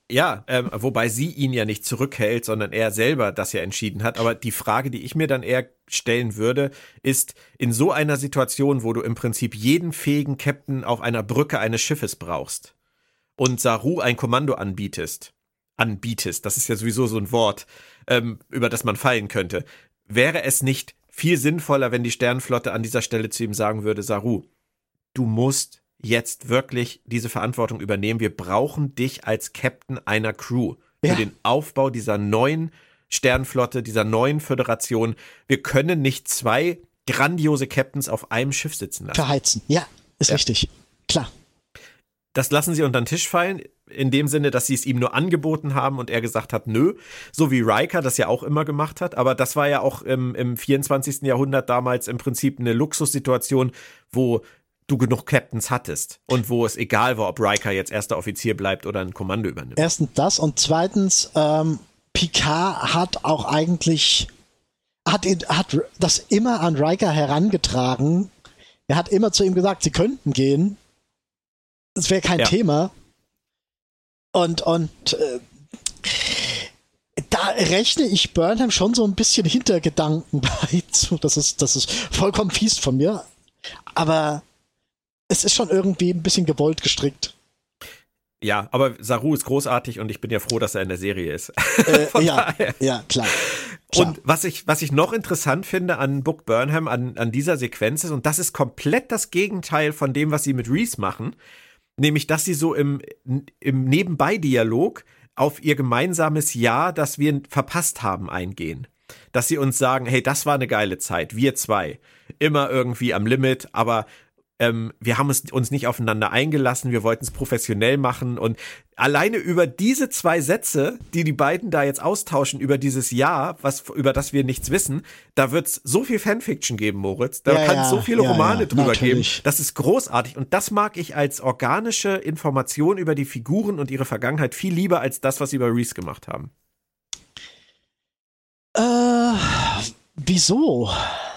Ja, ähm, wobei sie ihn ja nicht zurückhält, sondern er selber das ja entschieden hat. Aber die Frage, die ich mir dann eher stellen würde, ist, in so einer Situation, wo du im Prinzip jeden fähigen Captain auf einer Brücke eines Schiffes brauchst und Saru ein Kommando anbietest, anbietest, das ist ja sowieso so ein Wort, ähm, über das man fallen könnte, wäre es nicht viel sinnvoller, wenn die Sternenflotte an dieser Stelle zu ihm sagen würde, Saru, du musst jetzt wirklich diese Verantwortung übernehmen. Wir brauchen dich als Captain einer Crew für ja. den Aufbau dieser neuen Sternenflotte, dieser neuen Föderation. Wir können nicht zwei grandiose Captains auf einem Schiff sitzen lassen. Verheizen, ja, ist ja. richtig, klar. Das lassen sie unter den Tisch fallen, in dem Sinne, dass sie es ihm nur angeboten haben und er gesagt hat, nö, so wie Riker das ja auch immer gemacht hat, aber das war ja auch im, im vierundzwanzigsten Jahrhundert damals im Prinzip eine Luxussituation, wo du genug Captains hattest und wo es egal war, ob Riker jetzt erster Offizier bleibt oder ein Kommando übernimmt. Erstens das und zweitens, ähm, Picard hat auch eigentlich, hat, hat das immer an Riker herangetragen. Er hat immer zu ihm gesagt, sie könnten gehen. Es wäre kein ja. Thema. Und, und äh, da rechne ich Burnham schon so ein bisschen Hintergedanken bei zu. Das ist, das ist vollkommen fies von mir. Aber es ist schon irgendwie ein bisschen gewollt gestrickt. Ja, aber Saru ist großartig und ich bin ja froh, dass er in der Serie ist. Äh, ja, ja, klar. klar. Und was ich, was ich noch interessant finde an Book Burnham, an, an dieser Sequenz ist, und das ist komplett das Gegenteil von dem, was sie mit Reese machen, nämlich, dass sie so im, im Nebenbei-Dialog auf ihr gemeinsames Ja, das wir verpasst haben, eingehen. Dass sie uns sagen, hey, das war eine geile Zeit, wir zwei. Immer irgendwie am Limit, aber Ähm, wir haben uns, uns nicht aufeinander eingelassen, wir wollten es professionell machen und alleine über diese zwei Sätze, die die beiden da jetzt austauschen, über dieses Jahr, was, über das wir nichts wissen, da wird es so viel Fanfiction geben, Moritz, da ja, kann es ja, so viele ja, Romane ja, drüber natürlich. geben, das ist großartig und das mag ich als organische Information über die Figuren und ihre Vergangenheit viel lieber als das, was sie bei Reese gemacht haben. Äh, wieso?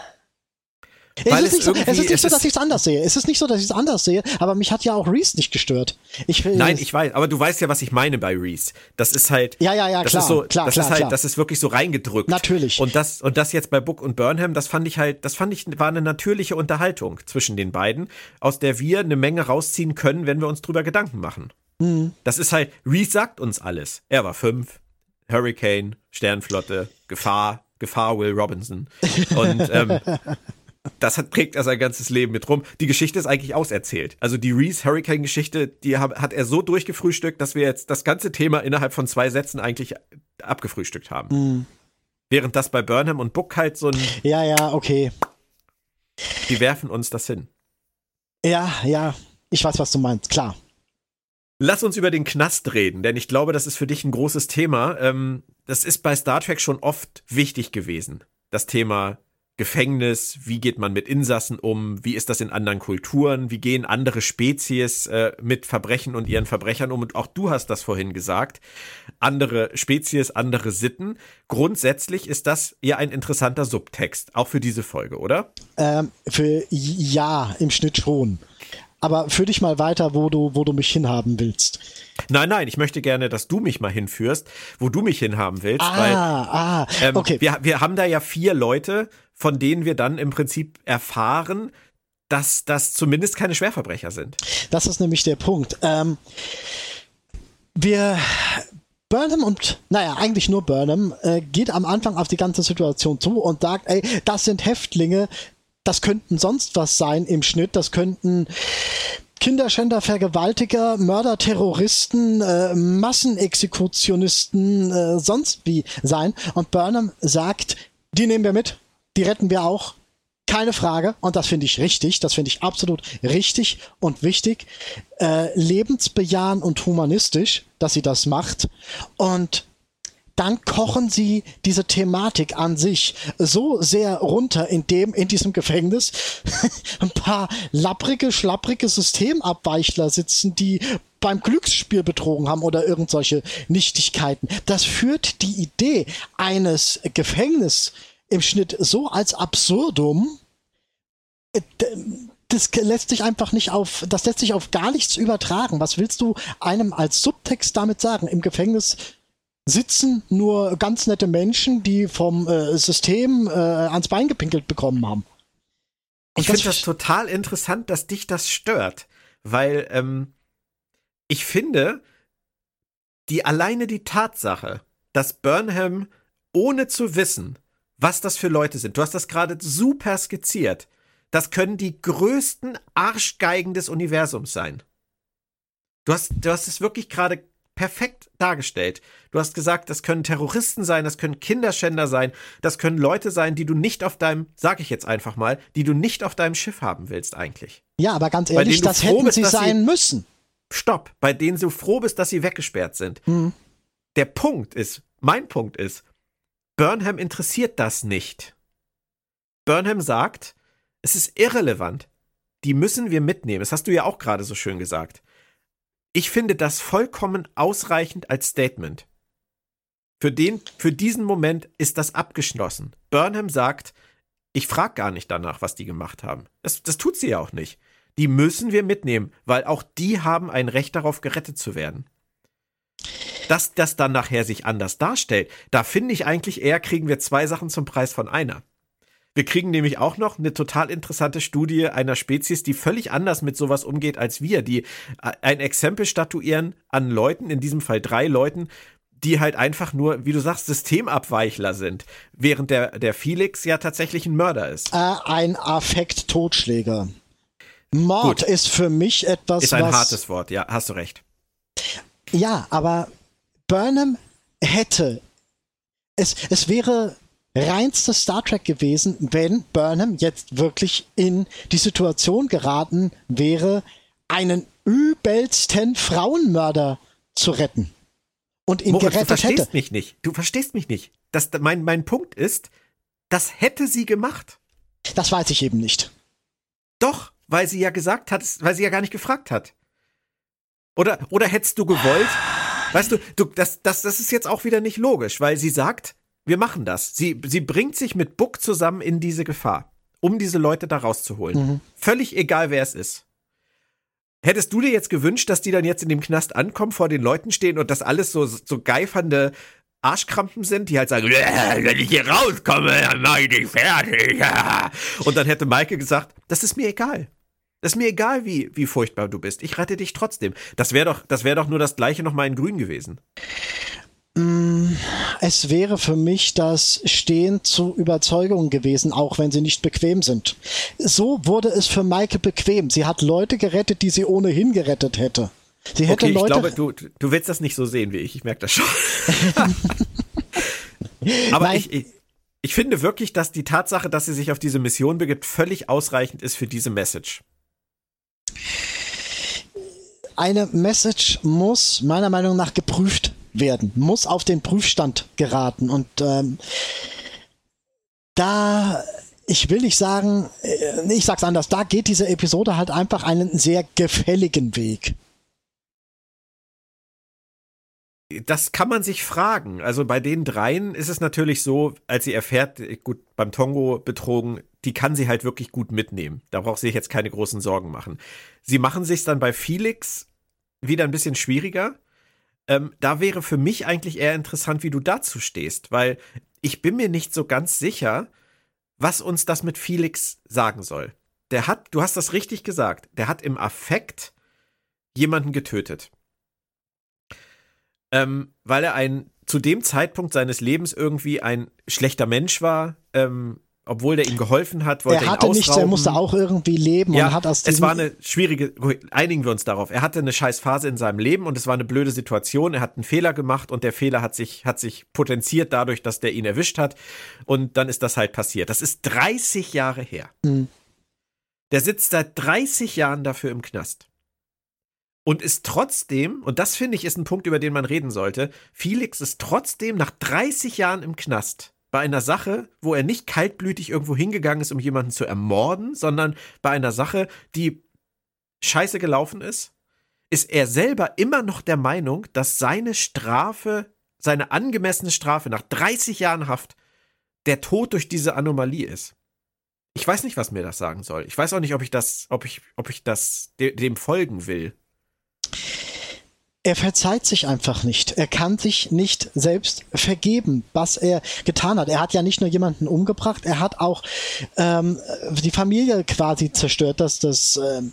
Weil es, ist es, so, es ist nicht es so, dass ich es anders sehe. Es ist nicht so, dass ich es anders sehe, aber mich hat ja auch Reese nicht gestört. Ich will, Nein, ich weiß, aber du weißt ja, was ich meine bei Reese. Das ist halt, ja, ja, ja, das klar, ist so, klar, das klar, ist halt, klar. das ist wirklich so reingedrückt. Natürlich. Und das, und das jetzt bei Book und Burnham, das fand ich halt, das fand ich, war eine natürliche Unterhaltung zwischen den beiden, aus der wir eine Menge rausziehen können, wenn wir uns drüber Gedanken machen. Mhm. Das ist halt, Reese sagt uns alles. Er war fünf, Hurricane, Sternenflotte, Gefahr, Gefahr Will Robinson. Und, ähm, das hat, prägt er sein ganzes Leben mit rum. Die Geschichte ist eigentlich auserzählt. Also die Reese-Hurricane-Geschichte, die hat, hat er so durchgefrühstückt, dass wir jetzt das ganze Thema innerhalb von zwei Sätzen eigentlich abgefrühstückt haben. Mhm. Während das bei Burnham und Book halt so ein... Ja, ja, okay. Die werfen uns das hin. Ja, ja, ich weiß, was du meinst, klar. Lass uns über den Knast reden, denn ich glaube, das ist für dich ein großes Thema. Das ist bei Star Trek schon oft wichtig gewesen. Das Thema Gefängnis, wie geht man mit Insassen um, wie ist das in anderen Kulturen, wie gehen andere Spezies äh, mit Verbrechen und ihren Verbrechern um und auch du hast das vorhin gesagt, andere Spezies, andere Sitten. Grundsätzlich ist das ja ein interessanter Subtext, auch für diese Folge, oder? Ähm, für ja, im Schnitt schon. Aber führ dich mal weiter, wo du, wo du mich hinhaben willst. Nein, nein, ich möchte gerne, dass du mich mal hinführst, wo du mich hinhaben willst. Ah, weil, ah, ähm, okay. Wir, wir haben da ja vier Leute, von denen wir dann im Prinzip erfahren, dass das zumindest keine Schwerverbrecher sind. Das ist nämlich der Punkt. Ähm, wir... Burnham und, naja, eigentlich nur Burnham, äh, geht am Anfang auf die ganze Situation zu und sagt, ey, das sind Häftlinge, das könnten sonst was sein im Schnitt, das könnten Kinderschänder, Vergewaltiger, Mörder, Terroristen, äh, Massenexekutionisten, äh, sonst wie sein. Und Burnham sagt, die nehmen wir mit, die retten wir auch. Keine Frage. Und das finde ich richtig. Das finde ich absolut richtig und wichtig. Äh, lebensbejahend und humanistisch, dass sie das macht. Und dann kochen sie diese Thematik an sich so sehr runter, indem in diesem Gefängnis ein paar lapprige, schlapprige Systemabweichler sitzen, die beim Glücksspiel betrogen haben oder irgend solche Nichtigkeiten. Das führt die Idee eines Gefängnisses im Schnitt so als Absurdum, das lässt sich einfach nicht auf, das lässt sich auf gar nichts übertragen. Was willst du einem als Subtext damit sagen? Im Gefängnis sitzen nur ganz nette Menschen, die vom äh, System äh, ans Bein gepinkelt bekommen haben. Und ich finde das total interessant, dass dich das stört, weil ähm, ich finde, die alleine die Tatsache, dass Burnham ohne zu wissen, was das für Leute sind, du hast das gerade super skizziert, das können die größten Arschgeigen des Universums sein. Du hast, du hast es wirklich gerade perfekt dargestellt. Du hast gesagt, das können Terroristen sein, das können Kinderschänder sein, das können Leute sein, die du nicht auf deinem, sag ich jetzt einfach mal, die du nicht auf deinem Schiff haben willst eigentlich. Ja, aber ganz ehrlich, das hätten bist, sie sein sie, müssen. Stopp, bei denen du froh bist, dass sie weggesperrt sind. Mhm. Der Punkt ist, mein Punkt ist, Burnham interessiert das nicht. Burnham sagt, es ist irrelevant. Die müssen wir mitnehmen. Das hast du ja auch gerade so schön gesagt. Ich finde das vollkommen ausreichend als Statement. Für den, für diesen Moment ist das abgeschlossen. Burnham sagt, ich frage gar nicht danach, was die gemacht haben. Das, das tut sie ja auch nicht. Die müssen wir mitnehmen, weil auch die haben ein Recht darauf, gerettet zu werden. Dass das dann nachher sich anders darstellt, da finde ich eigentlich eher, kriegen wir zwei Sachen zum Preis von einer. Wir kriegen nämlich auch noch eine total interessante Studie einer Spezies, die völlig anders mit sowas umgeht als wir, die ein Exempel statuieren an Leuten, in diesem Fall drei Leuten, die halt einfach nur, wie du sagst, Systemabweichler sind, während der, der Felix ja tatsächlich ein Mörder ist. Äh, ein Affekt-Totschläger. Mord Gut. ist für mich etwas, Ist ein was, hartes Wort, ja, hast du recht. Ja, aber Burnham hätte, es, es wäre reinstes Star Trek gewesen, wenn Burnham jetzt wirklich in die Situation geraten wäre, einen übelsten Frauenmörder zu retten. Und ihn Moritz, gerettet du verstehst hätte. mich nicht. Du verstehst mich nicht. Das, mein, mein Punkt ist, das hätte sie gemacht. Das weiß ich eben nicht. Doch, weil sie ja gesagt hat, weil sie ja gar nicht gefragt hat. Oder, oder hättest du gewollt, weißt du, du das, das, das ist jetzt auch wieder nicht logisch, weil sie sagt, wir machen das. Sie, sie bringt sich mit Book zusammen in diese Gefahr, um diese Leute da rauszuholen. Mhm. Völlig egal, wer es ist. Hättest du dir jetzt gewünscht, dass die dann jetzt in dem Knast ankommen, vor den Leuten stehen und das alles so, so geifernde Arschkrampen sind, die halt sagen, wenn ich hier rauskomme, dann mach ich dich fertig. Und dann hätte Maike gesagt, das ist mir egal. Das ist mir egal, wie, wie furchtbar du bist. Ich rette dich trotzdem. Das wäre doch, das wäre doch nur das Gleiche nochmal in Grün gewesen. Es wäre für mich das Stehen zu Überzeugungen gewesen, auch wenn sie nicht bequem sind. So wurde es für Maike bequem. Sie hat Leute gerettet, die sie ohnehin gerettet hätte. Sie hätte okay, ich Leute glaube, du, du willst das nicht so sehen wie ich. Ich merke das schon. Aber ich, ich, ich finde wirklich, dass die Tatsache, dass sie sich auf diese Mission begibt, völlig ausreichend ist für diese Message. Eine Message muss meiner Meinung nach geprüft werden, muss auf den Prüfstand geraten. Und ähm, da, ich will nicht sagen, äh, ich sag's anders, da geht diese Episode halt einfach einen sehr gefälligen Weg. Das kann man sich fragen. Also bei den dreien ist es natürlich so, als sie erfährt, gut, beim Tongo betrogen, die kann sie halt wirklich gut mitnehmen. Da braucht sie sich jetzt keine großen Sorgen machen. Sie machen sich dann bei Felix wieder ein bisschen schwieriger. Ähm, da wäre für mich eigentlich eher interessant, wie du dazu stehst, weil ich bin mir nicht so ganz sicher, was uns das mit Felix sagen soll. Der hat, du hast das richtig gesagt, der hat im Affekt jemanden getötet. Ähm, weil er ein, zu dem Zeitpunkt seines Lebens irgendwie ein schlechter Mensch war, ähm, obwohl der ihm geholfen hat, wollte er ihn ausrauben. Er hatte nichts, er musste auch irgendwie leben. Ja, und hat aus es war eine schwierige, einigen wir uns darauf, er hatte eine scheiß Phase in seinem Leben und es war eine blöde Situation, er hat einen Fehler gemacht und der Fehler hat sich, hat sich potenziert dadurch, dass der ihn erwischt hat und dann ist das halt passiert. Das ist dreißig Jahre her. Mhm. Der sitzt seit dreißig Jahren dafür im Knast. Und ist trotzdem, und das finde ich ist ein Punkt, über den man reden sollte, Felix ist trotzdem nach dreißig Jahren im Knast bei einer Sache, wo er nicht kaltblütig irgendwo hingegangen ist, um jemanden zu ermorden, sondern bei einer Sache, die scheiße gelaufen ist, ist er selber immer noch der Meinung, dass seine Strafe, seine angemessene Strafe nach dreißig Jahren Haft der Tod durch diese Anomalie ist. Ich weiß nicht, was mir das sagen soll. Ich weiß auch nicht, ob ich das, ob ich, ob ich das de- dem folgen will. Er verzeiht sich einfach nicht. Er kann sich nicht selbst vergeben, was er getan hat. Er hat ja nicht nur jemanden umgebracht, er hat auch ähm, die Familie quasi zerstört. Dass das, ähm,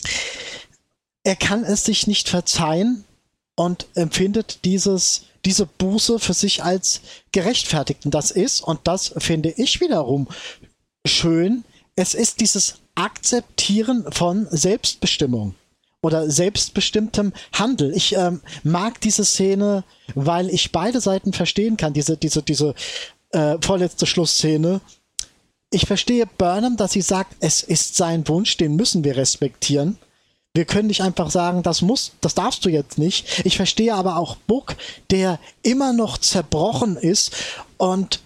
er kann es sich nicht verzeihen und empfindet dieses, diese Buße für sich als gerechtfertigt. Und das ist, und das finde ich wiederum schön, es ist dieses Akzeptieren von Selbstbestimmung oder selbstbestimmtem Handel. Ich ähm, mag diese Szene, weil ich beide Seiten verstehen kann, diese, diese, diese äh, vorletzte Schlussszene. Ich verstehe Burnham, dass sie sagt, es ist sein Wunsch, den müssen wir respektieren. Wir können nicht einfach sagen, das muss, das darfst du jetzt nicht. Ich verstehe aber auch Book, der immer noch zerbrochen ist und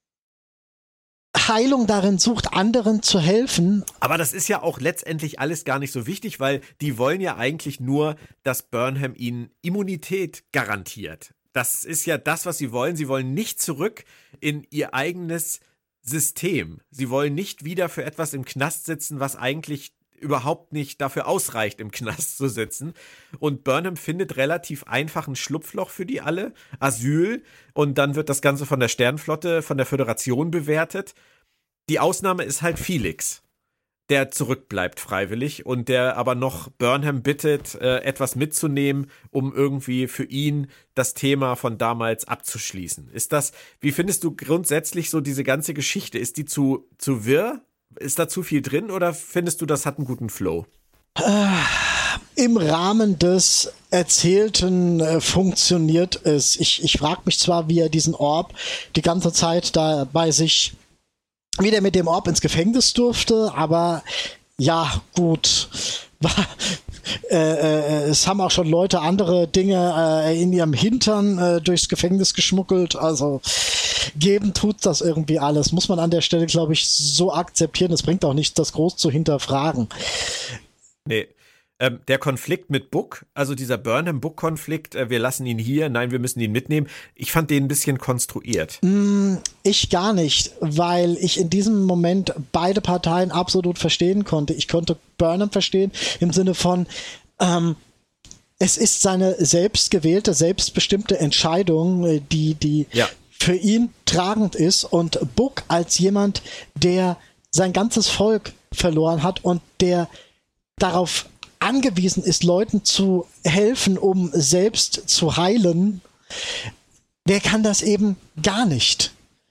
Heilung darin sucht, anderen zu helfen. Aber das ist ja auch letztendlich alles gar nicht so wichtig, weil die wollen ja eigentlich nur, dass Burnham ihnen Immunität garantiert. Das ist ja das, was sie wollen. Sie wollen nicht zurück in ihr eigenes System. Sie wollen nicht wieder für etwas im Knast sitzen, was eigentlich überhaupt nicht dafür ausreicht, im Knast zu sitzen. Und Burnham findet relativ einfach ein Schlupfloch für die alle, Asyl, und dann wird das Ganze von der Sternenflotte, von der Föderation bewertet. Die Ausnahme ist halt Felix, der zurückbleibt freiwillig und der aber noch Burnham bittet, äh, etwas mitzunehmen, um irgendwie für ihn das Thema von damals abzuschließen. Ist das, wie findest du grundsätzlich so diese ganze Geschichte? Ist die zu, zu wirr? Ist da zu viel drin oder findest du, das hat einen guten Flow? Äh, Im Rahmen des Erzählten äh, funktioniert es. Ich, ich frage mich zwar, wie er diesen Orb die ganze Zeit da bei sich, wie der mit dem Orb ins Gefängnis durfte, aber ja, gut. äh, äh, es haben auch schon Leute andere Dinge äh, in ihrem Hintern äh, durchs Gefängnis geschmuggelt, also geben tut das irgendwie alles. Muss man an der Stelle, glaube ich, so akzeptieren. Es bringt auch nichts, das groß zu hinterfragen. Nee. Ähm, der Konflikt mit Book, also dieser Burnham-Book-Konflikt, äh, wir lassen ihn hier, nein, wir müssen ihn mitnehmen. Ich fand den ein bisschen konstruiert. Mm, ich gar nicht, weil ich in diesem Moment beide Parteien absolut verstehen konnte. Ich konnte Burnham verstehen im Sinne von, ähm, es ist seine selbstgewählte, selbstbestimmte Entscheidung, die, die ja. für ihn tragend ist, und Book als jemand, der sein ganzes Volk verloren hat und der darauf angewiesen ist, Leuten zu helfen, um selbst zu heilen, der kann das eben gar nicht.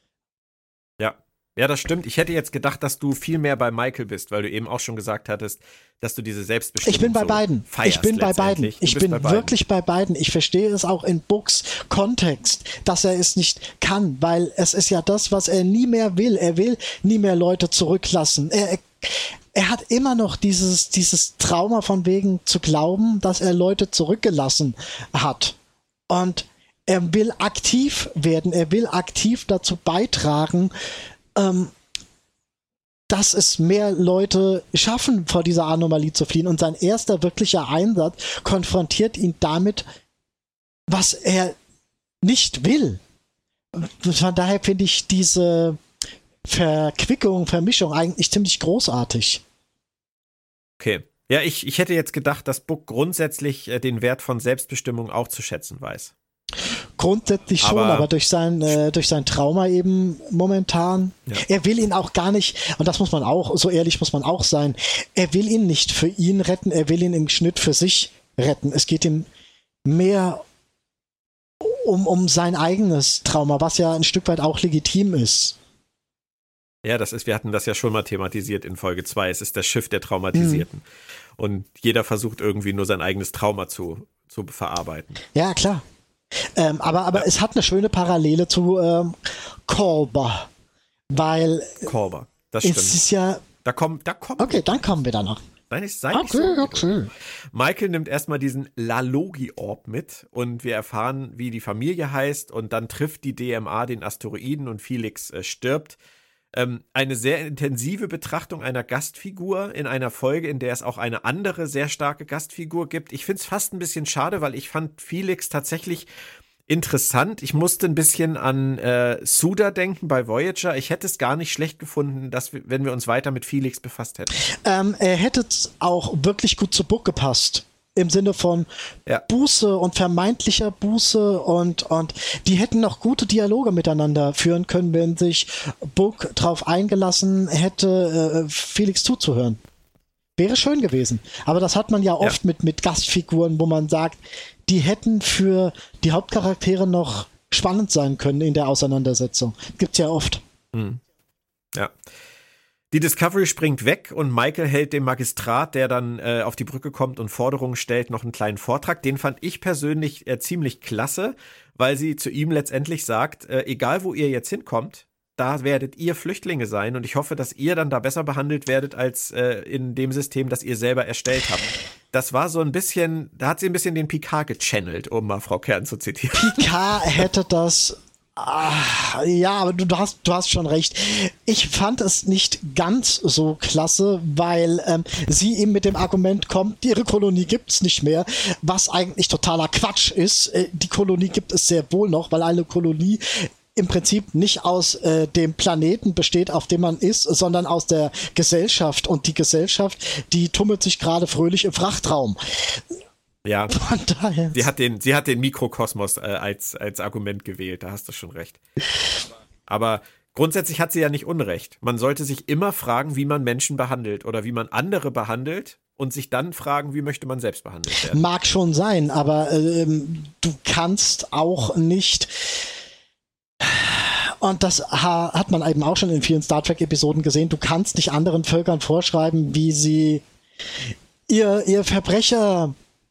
Ja, ja, das stimmt. Ich hätte jetzt gedacht, dass du viel mehr bei Michael bist, weil du eben auch schon gesagt hattest, dass du diese Selbstbestimmung Ich bin bei so beiden. feierst Ich bin bei beiden. letztendlich. Du Ich bist bin bei beiden. wirklich bei beiden. Ich verstehe es auch in Books Kontext, dass er es nicht kann, weil es ist ja das, was er nie mehr will. Er will nie mehr Leute zurücklassen. Er, er Er hat immer noch dieses, dieses Trauma von wegen zu glauben, dass er Leute zurückgelassen hat. Und er will aktiv werden, er will aktiv dazu beitragen, ähm, dass es mehr Leute schaffen, vor dieser Anomalie zu fliehen. Und sein erster wirklicher Einsatz konfrontiert ihn damit, was er nicht will. Von daher finde ich diese Verquickung, Vermischung eigentlich ziemlich großartig. Okay. Ja, ich, ich hätte jetzt gedacht, dass Book grundsätzlich äh, den Wert von Selbstbestimmung auch zu schätzen weiß. Grundsätzlich schon, aber, aber durch sein äh, durch sein Trauma eben momentan. Ja. Er will ihn auch gar nicht, und das muss man auch, so ehrlich muss man auch sein, er will ihn nicht für ihn retten, er will ihn im Schnitt für sich retten. Es geht ihm mehr um, um sein eigenes Trauma, was ja ein Stück weit auch legitim ist. Ja, das ist, wir hatten das ja schon mal thematisiert in Folge zwei. Es ist das Schiff der Traumatisierten. Mhm. Und jeder versucht irgendwie nur sein eigenes Trauma zu, zu verarbeiten. Ja, klar. Ähm, aber aber ja. Es hat eine schöne Parallele zu ähm, Kolber. Weil Kolber, das stimmt. Es ist ja. Da kommen, da kommen Okay, dann kommen wir da noch. Nein, ich sei okay, nicht so. Okay. Michael nimmt erstmal diesen Lalogi-Orb mit und wir erfahren, wie die Familie heißt, und dann trifft die D M A den Asteroiden und Felix äh, stirbt. Ähm, eine sehr intensive Betrachtung einer Gastfigur in einer Folge, in der es auch eine andere sehr starke Gastfigur gibt. Ich finde es fast ein bisschen schade, weil ich fand Felix tatsächlich interessant. Ich musste ein bisschen an äh, Suda denken bei Voyager. Ich hätte es gar nicht schlecht gefunden, dass wir, wenn wir uns weiter mit Felix befasst hätten. Ähm, er hätte auch wirklich gut zu Book gepasst. Im Sinne von ja. Buße und vermeintlicher Buße und, und die hätten noch gute Dialoge miteinander führen können, wenn sich Book drauf eingelassen hätte, äh, Felix zuzuhören. Wäre schön gewesen. Aber das hat man ja oft ja. mit, mit Gastfiguren, wo man sagt, die hätten für die Hauptcharaktere noch spannend sein können in der Auseinandersetzung. Gibt's ja oft. Mhm. Ja. Die Discovery springt weg und Michael hält dem Magistrat, der dann äh, auf die Brücke kommt und Forderungen stellt, noch einen kleinen Vortrag. Den fand ich persönlich äh, ziemlich klasse, weil sie zu ihm letztendlich sagt, äh, egal wo ihr jetzt hinkommt, da werdet ihr Flüchtlinge sein und ich hoffe, dass ihr dann da besser behandelt werdet als äh, in dem System, das ihr selber erstellt habt. Das war so ein bisschen, da hat sie ein bisschen den Picard gechannelt, um mal Frau Kern zu zitieren. Picard hätte das Ah, ja, aber du, du hast du hast schon recht. Ich fand es nicht ganz so klasse, weil ähm, sie eben mit dem Argument kommt, ihre Kolonie gibt's nicht mehr, was eigentlich totaler Quatsch ist. Äh, die Kolonie gibt es sehr wohl noch, weil eine Kolonie im Prinzip nicht aus äh, dem Planeten besteht, auf dem man ist, sondern aus der Gesellschaft. Und die Gesellschaft, die tummelt sich gerade fröhlich im Frachtraum. Ja, von daher. Sie hat den, sie hat den Mikrokosmos äh, als, als Argument gewählt, da hast du schon recht. Aber grundsätzlich hat sie ja nicht Unrecht. Man sollte sich immer fragen, wie man Menschen behandelt oder wie man andere behandelt und sich dann fragen, wie möchte man selbst behandelt werden. Mag schon sein, aber ähm, du kannst auch nicht, und das ha- hat man eben auch schon in vielen Star Trek-Episoden gesehen, du kannst nicht anderen Völkern vorschreiben, wie sie ihr, ihr Verbrecher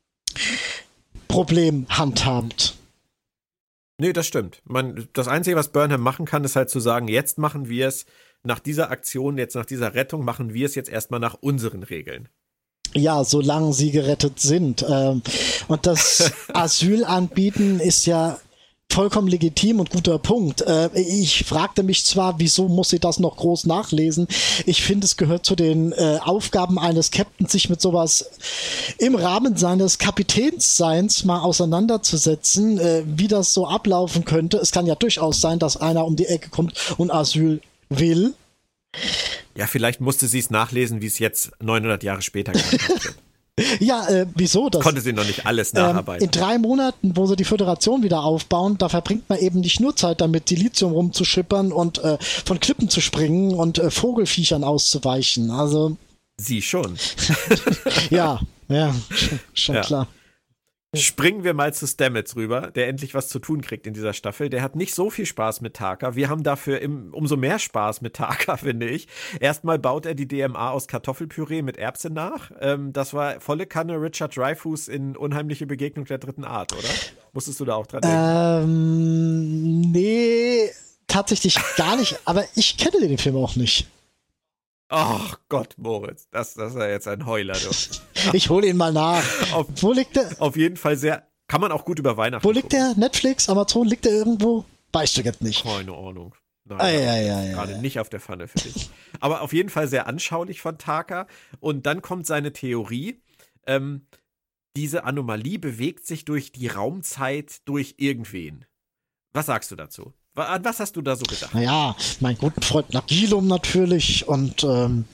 Problem handhabt. Nee, das stimmt. Man, das Einzige, was Burnham machen kann, ist halt zu sagen, jetzt machen wir es nach dieser Aktion, jetzt nach dieser Rettung, machen wir es jetzt erstmal nach unseren Regeln. Ja, solange sie gerettet sind. Und das Asyl anbieten ist ja vollkommen legitim und guter Punkt. Ich fragte mich zwar, wieso muss sie das noch groß nachlesen? Ich finde, es gehört zu den äh, Aufgaben eines Captains, sich mit sowas im Rahmen seines Kapitänsseins mal auseinanderzusetzen, äh, wie das so ablaufen könnte. Es kann ja durchaus sein, dass einer um die Ecke kommt und Asyl will. Ja, vielleicht musste sie es nachlesen, wie es jetzt neunhundert Jahre später gemacht wird. Ja, äh, wieso? Das konnte sie noch nicht alles nacharbeiten. Ähm, in drei Monaten, wo sie die Föderation wieder aufbauen, da verbringt man eben nicht nur Zeit damit, Dilithium rumzuschippern und äh, von Klippen zu springen und äh, Vogelfiechern auszuweichen. Also sie schon. ja, ja, schon, schon ja. klar. Springen wir mal zu Stamets rüber, der endlich was zu tun kriegt in dieser Staffel. Der hat nicht so viel Spaß mit Taka. Wir haben dafür im, umso mehr Spaß mit Taka, finde ich. Erstmal baut er die D M A aus Kartoffelpüree mit Erbse nach. Ähm, das war volle Kanne Richard Dreyfuss in Unheimliche Begegnung der dritten Art, oder? Musstest du da auch dran denken? Ähm, nee, tatsächlich gar nicht. Aber ich kenne den Film auch nicht. Ach Gott, Moritz, das, das ist ja jetzt ein Heuler, du. Ich hole ihn mal nach. Auf, Wo liegt der? Auf jeden Fall sehr, kann man auch gut über Weihnachten Wo liegt gucken. der? Netflix, Amazon, liegt der irgendwo? Weißt du jetzt nicht. Keine Ahnung. Nein, ah, ja, ja, ja, gerade ja. nicht auf der Pfanne für dich. Aber auf jeden Fall sehr anschaulich von Taka. Und dann kommt seine Theorie, ähm, diese Anomalie bewegt sich durch die Raumzeit durch irgendwen. Was sagst du dazu? An was hast du da so gedacht? Naja, mein guten Freund Nagilum natürlich und ähm,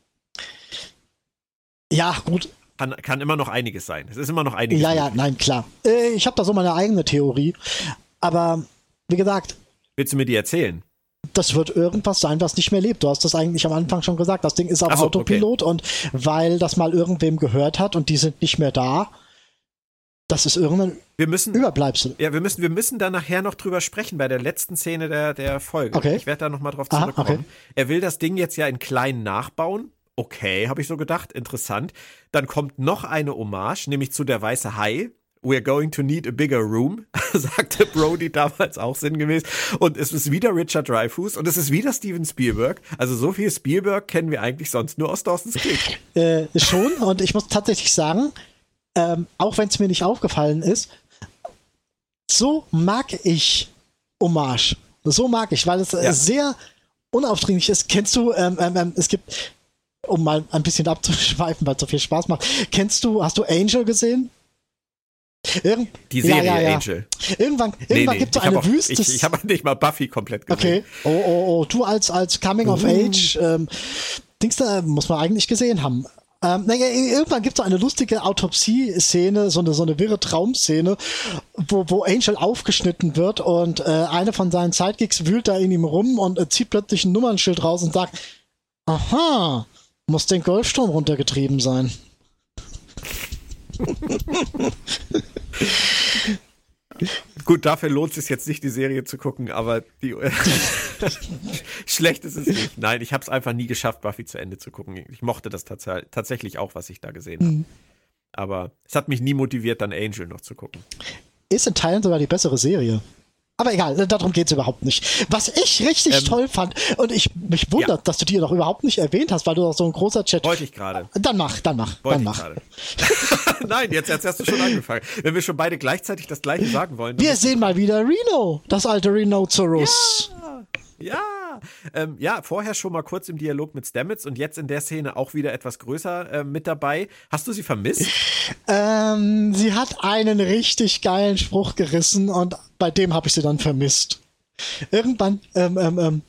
ja, gut. Kann, kann immer noch einiges sein. Es ist immer noch einiges. Ja, ja, möglich. nein, klar. Äh, ich habe da so meine eigene Theorie. Aber wie gesagt. Willst du mir die erzählen? Das wird irgendwas sein, was nicht mehr lebt. Du hast das eigentlich am Anfang schon gesagt. Das Ding ist auf Ach so, Autopilot okay. Und weil das mal irgendwem gehört hat und die sind nicht mehr da, das ist irgendein wir müssen, Überbleibsel. Ja, wir müssen, wir müssen da nachher noch drüber sprechen, bei der letzten Szene der, der Folge. Okay. Ich werde da nochmal drauf Aha, zurückkommen. okay. Er will das Ding jetzt ja in klein nachbauen. Okay, habe ich so gedacht. Interessant. Dann kommt noch eine Hommage, nämlich zu der Weiße Hai. We're going to need a bigger room, sagte Brody damals auch sinngemäß. Und es ist wieder Richard Dreyfuss und es ist wieder Steven Spielberg. Also so viel Spielberg kennen wir eigentlich sonst nur aus Dawson's Creek. Äh, schon, und ich muss tatsächlich sagen, ähm, auch wenn es mir nicht aufgefallen ist, so mag ich Hommage. So mag ich, weil es äh, ja. sehr unaufdringlich ist. Kennst du, ähm, ähm, es gibt, um mal ein bisschen abzuschweifen, weil es so viel Spaß macht, kennst du, hast du Angel gesehen? Irgend Die Serie ja, ja, ja. Angel. Irgendwann, Nee, irgendwann nee, gibt es ich so hab eine auch, Wüste. Ich, ich habe nicht mal Buffy komplett gesehen. Okay. Oh, oh, oh. Du als, als Coming of Age, ähm, Dings da muss man eigentlich gesehen haben. Ähm, naja, irgendwann gibt es so eine lustige Autopsie-Szene, so eine, so eine wirre Traumszene, wo, wo Angel aufgeschnitten wird und äh, eine von seinen Sidekicks wühlt da in ihm rum und äh, zieht plötzlich ein Nummernschild raus und sagt, aha, muss den Golfsturm runtergetrieben sein. Gut, dafür lohnt es sich jetzt nicht, die Serie zu gucken, aber die schlecht ist es nicht. Nein, ich habe es einfach nie geschafft, Buffy zu Ende zu gucken. Ich mochte das tats- tatsächlich auch, was ich da gesehen habe. Mhm. Aber es hat mich nie motiviert, dann Angel noch zu gucken. Ist in Teilen sogar die bessere Serie. Aber egal, darum geht's überhaupt nicht. Was ich richtig ähm, toll fand, und ich mich wundert, ja. dass du die noch überhaupt nicht erwähnt hast, weil du doch so ein großer Chat... Wollte ich gerade. Dann mach, dann mach, Wollte dann mach. Nein, jetzt, jetzt hast du schon angefangen. Wenn wir schon beide gleichzeitig das Gleiche sagen wollen... Wir sehen mal wieder Reno, das alte Rhinoceros. Ja, ja. Ähm, ja, vorher schon mal kurz im Dialog mit Stamets und jetzt in der Szene auch wieder etwas größer äh, mit dabei. Hast du sie vermisst? Ähm, sie hat einen richtig geilen Spruch gerissen und bei dem habe ich sie dann vermisst. Irgendwann, ähm, ähm, ähm,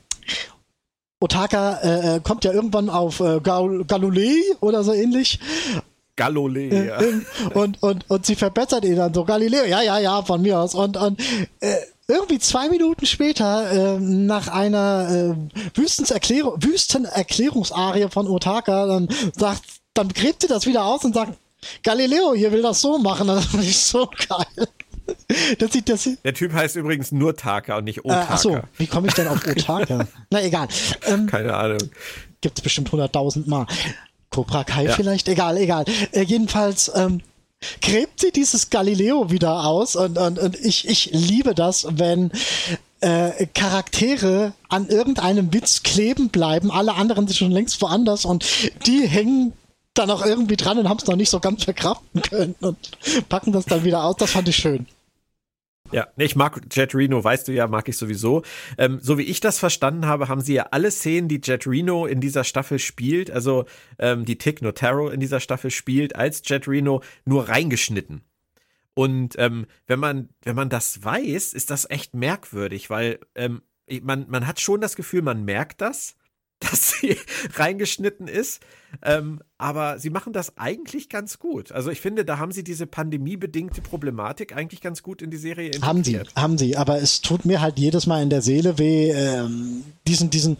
Otaka äh, kommt ja irgendwann auf äh, Gal- Galilei oder so ähnlich. Galilei, äh, ja. Äh, und, und, und sie verbessert ihn dann so, Galileo, ja, ja, ja, von mir aus. Und, und äh, irgendwie zwei Minuten später, äh, nach einer äh, Wüstenserklärung, Wüstenerklärungsarie von Otaka, dann sagt, dann gräbt sie das wieder aus und sagt, Galileo, hier will das so machen. Das fand ich so geil. Das sieht, das sieht, Der Typ heißt übrigens nur Taka und nicht Otaka. Äh, achso, wie komme ich denn auf Otaka? Na egal. Ähm, Keine Ahnung. Gibt's bestimmt hunderttausend Mal. Cobra Kai ja. vielleicht? Egal, egal. Äh, jedenfalls ähm, gräbt sie dieses Galileo wieder aus und, und, und ich, ich liebe das, wenn äh, Charaktere an irgendeinem Witz kleben bleiben, alle anderen sind schon längst woanders und die hängen dann auch irgendwie dran und haben es noch nicht so ganz verkraften können und packen das dann wieder aus. Das fand ich schön. Ja, ich mag Jet Reno, weißt du ja, mag ich sowieso. Ähm, so wie ich das verstanden habe, haben sie ja alle Szenen, die Jet Reno in dieser Staffel spielt, also ähm, die Tig Notaro in dieser Staffel spielt, als Jet Reno nur reingeschnitten. Und ähm, wenn man wenn man das weiß, ist das echt merkwürdig, weil ähm, man, man hat schon das Gefühl, man merkt das, dass sie reingeschnitten ist, ähm, aber sie machen das eigentlich ganz gut. Also ich finde, da haben sie diese pandemiebedingte Problematik eigentlich ganz gut in die Serie integriert. Haben sie, haben sie, aber es tut mir halt jedes Mal in der Seele weh, ähm, diesen, diesen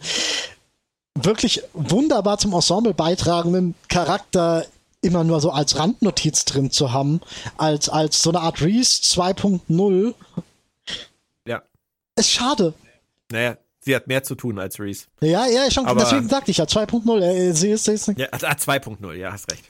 wirklich wunderbar zum Ensemble beitragenden Charakter immer nur so als Randnotiz drin zu haben, als, als so eine Art Reese zwei Punkt null. Ja. Ist schade. Naja, sie hat mehr zu tun als Reese. Ja, ja, schon, aber deswegen sagte ich ja zwei Punkt null. Äh, sie ist, sie ist ja, zwei Punkt null, ja, hast recht.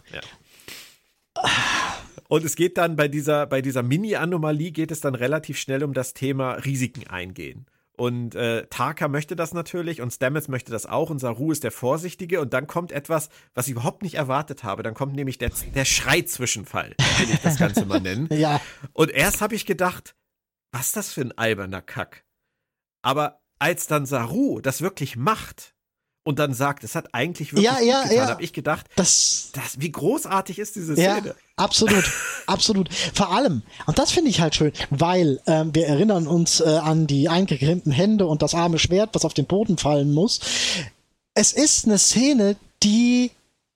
Ja. Und es geht dann bei dieser, bei dieser Mini-Anomalie geht es dann relativ schnell um das Thema Risiken eingehen. Und äh, Taka möchte das natürlich und Stamets möchte das auch und Saru ist der Vorsichtige und dann kommt etwas, was ich überhaupt nicht erwartet habe. Dann kommt nämlich der, der Schrei-Zwischenfall, will ich das Ganze mal nennen. Ja. Und erst habe ich gedacht, was ist das für ein alberner Kack? Aber als dann Saru das wirklich macht und dann sagt, es hat eigentlich wirklich ja, gut ja, getan, ja. habe ich gedacht, das, das, wie großartig ist diese ja, Szene. Absolut, absolut. Vor allem, und das finde ich halt schön, weil ähm, wir erinnern uns äh, an die eingegrimmten Hände und das arme Schwert, was auf den Boden fallen muss. Es ist eine Szene, die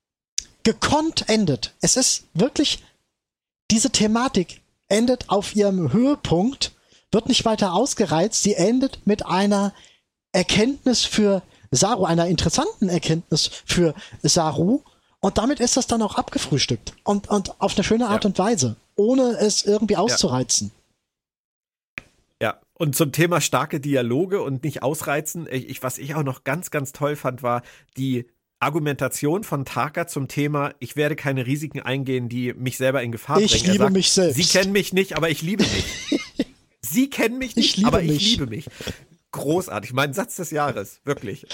gekonnt endet. Es ist wirklich, diese Thematik endet auf ihrem Höhepunkt, wird nicht weiter ausgereizt, sie endet mit einer Erkenntnis für Saru, einer interessanten Erkenntnis für Saru und damit ist das dann auch abgefrühstückt und, und auf eine schöne Art ja. und Weise, ohne es irgendwie auszureizen. Ja, und zum Thema starke Dialoge und nicht ausreizen, ich, was ich auch noch ganz, ganz toll fand, war die Argumentation von Taka zum Thema, ich werde keine Risiken eingehen, die mich selber in Gefahr bringen. Ich liebe sagt, mich selbst. Sie kennen mich nicht, aber ich liebe mich. Sie kennen mich nicht, ich aber mich. ich liebe mich. Großartig, mein Satz des Jahres, wirklich.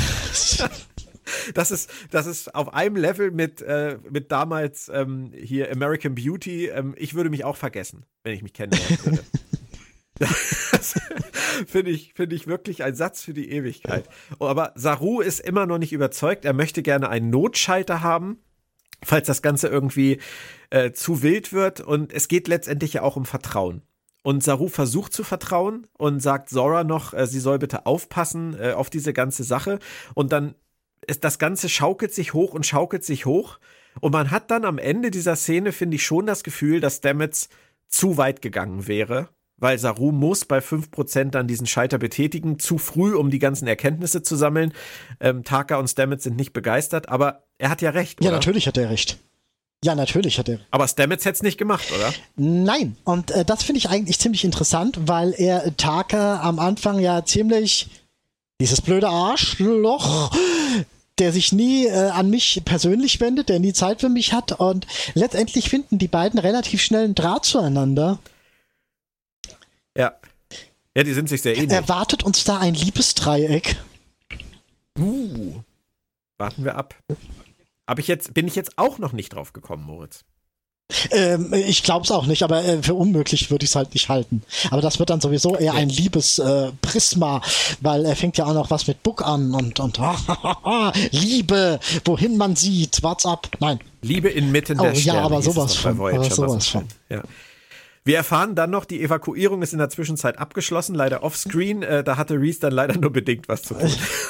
Das ist, das ist auf einem Level mit, äh, mit damals ähm, hier American Beauty. Ähm, ich würde mich auch vergessen, wenn ich mich kennenlernen würde. Das finde ich, finde ich wirklich ein Satz für die Ewigkeit. Aber Saru ist immer noch nicht überzeugt. Er möchte gerne einen Notschalter haben. falls das Ganze irgendwie äh, zu wild wird. Und es geht letztendlich ja auch um Vertrauen. Und Saru versucht zu vertrauen und sagt Zora noch, äh, sie soll bitte aufpassen äh, auf diese ganze Sache. Und dann ist das Ganze schaukelt sich hoch und schaukelt sich hoch. Und man hat dann am Ende dieser Szene, finde ich, schon das Gefühl, dass Stamets zu weit gegangen wäre. Weil Saru muss bei fünf Prozent dann diesen Schalter betätigen. Zu früh, um die ganzen Erkenntnisse zu sammeln. Ähm, Taka und Stamets sind nicht begeistert, aber er hat ja recht, oder? Ja, natürlich hat er recht. Ja, natürlich hat er. Aber Stamets hätte es nicht gemacht, oder? Nein, und äh, das finde ich eigentlich ziemlich interessant, weil er Taka am Anfang ja ziemlich, dieses blöde Arschloch, der sich nie äh, an mich persönlich wendet, der nie Zeit für mich hat, und letztendlich finden die beiden relativ schnell einen Draht zueinander. Ja. Ja, die sind sich sehr ähnlich. Erwartet uns da ein Liebesdreieck? Uh, warten wir ab. Hab ich jetzt, bin ich jetzt auch noch nicht drauf gekommen, Moritz? Ähm, ich glaube es auch nicht, aber äh, für unmöglich würde ich es halt nicht halten. Aber das wird dann sowieso eher ein Liebesprisma, äh, weil er fängt ja auch noch was mit Book an und, und Liebe, wohin man sieht, what's up? Nein. Liebe inmitten oh, der Sterne. Ja, aber sowas von. Aber sowas von. Ja. Wir erfahren dann noch, die Evakuierung ist in der Zwischenzeit abgeschlossen, leider offscreen. Äh, da hatte Reese dann leider nur bedingt was zu tun.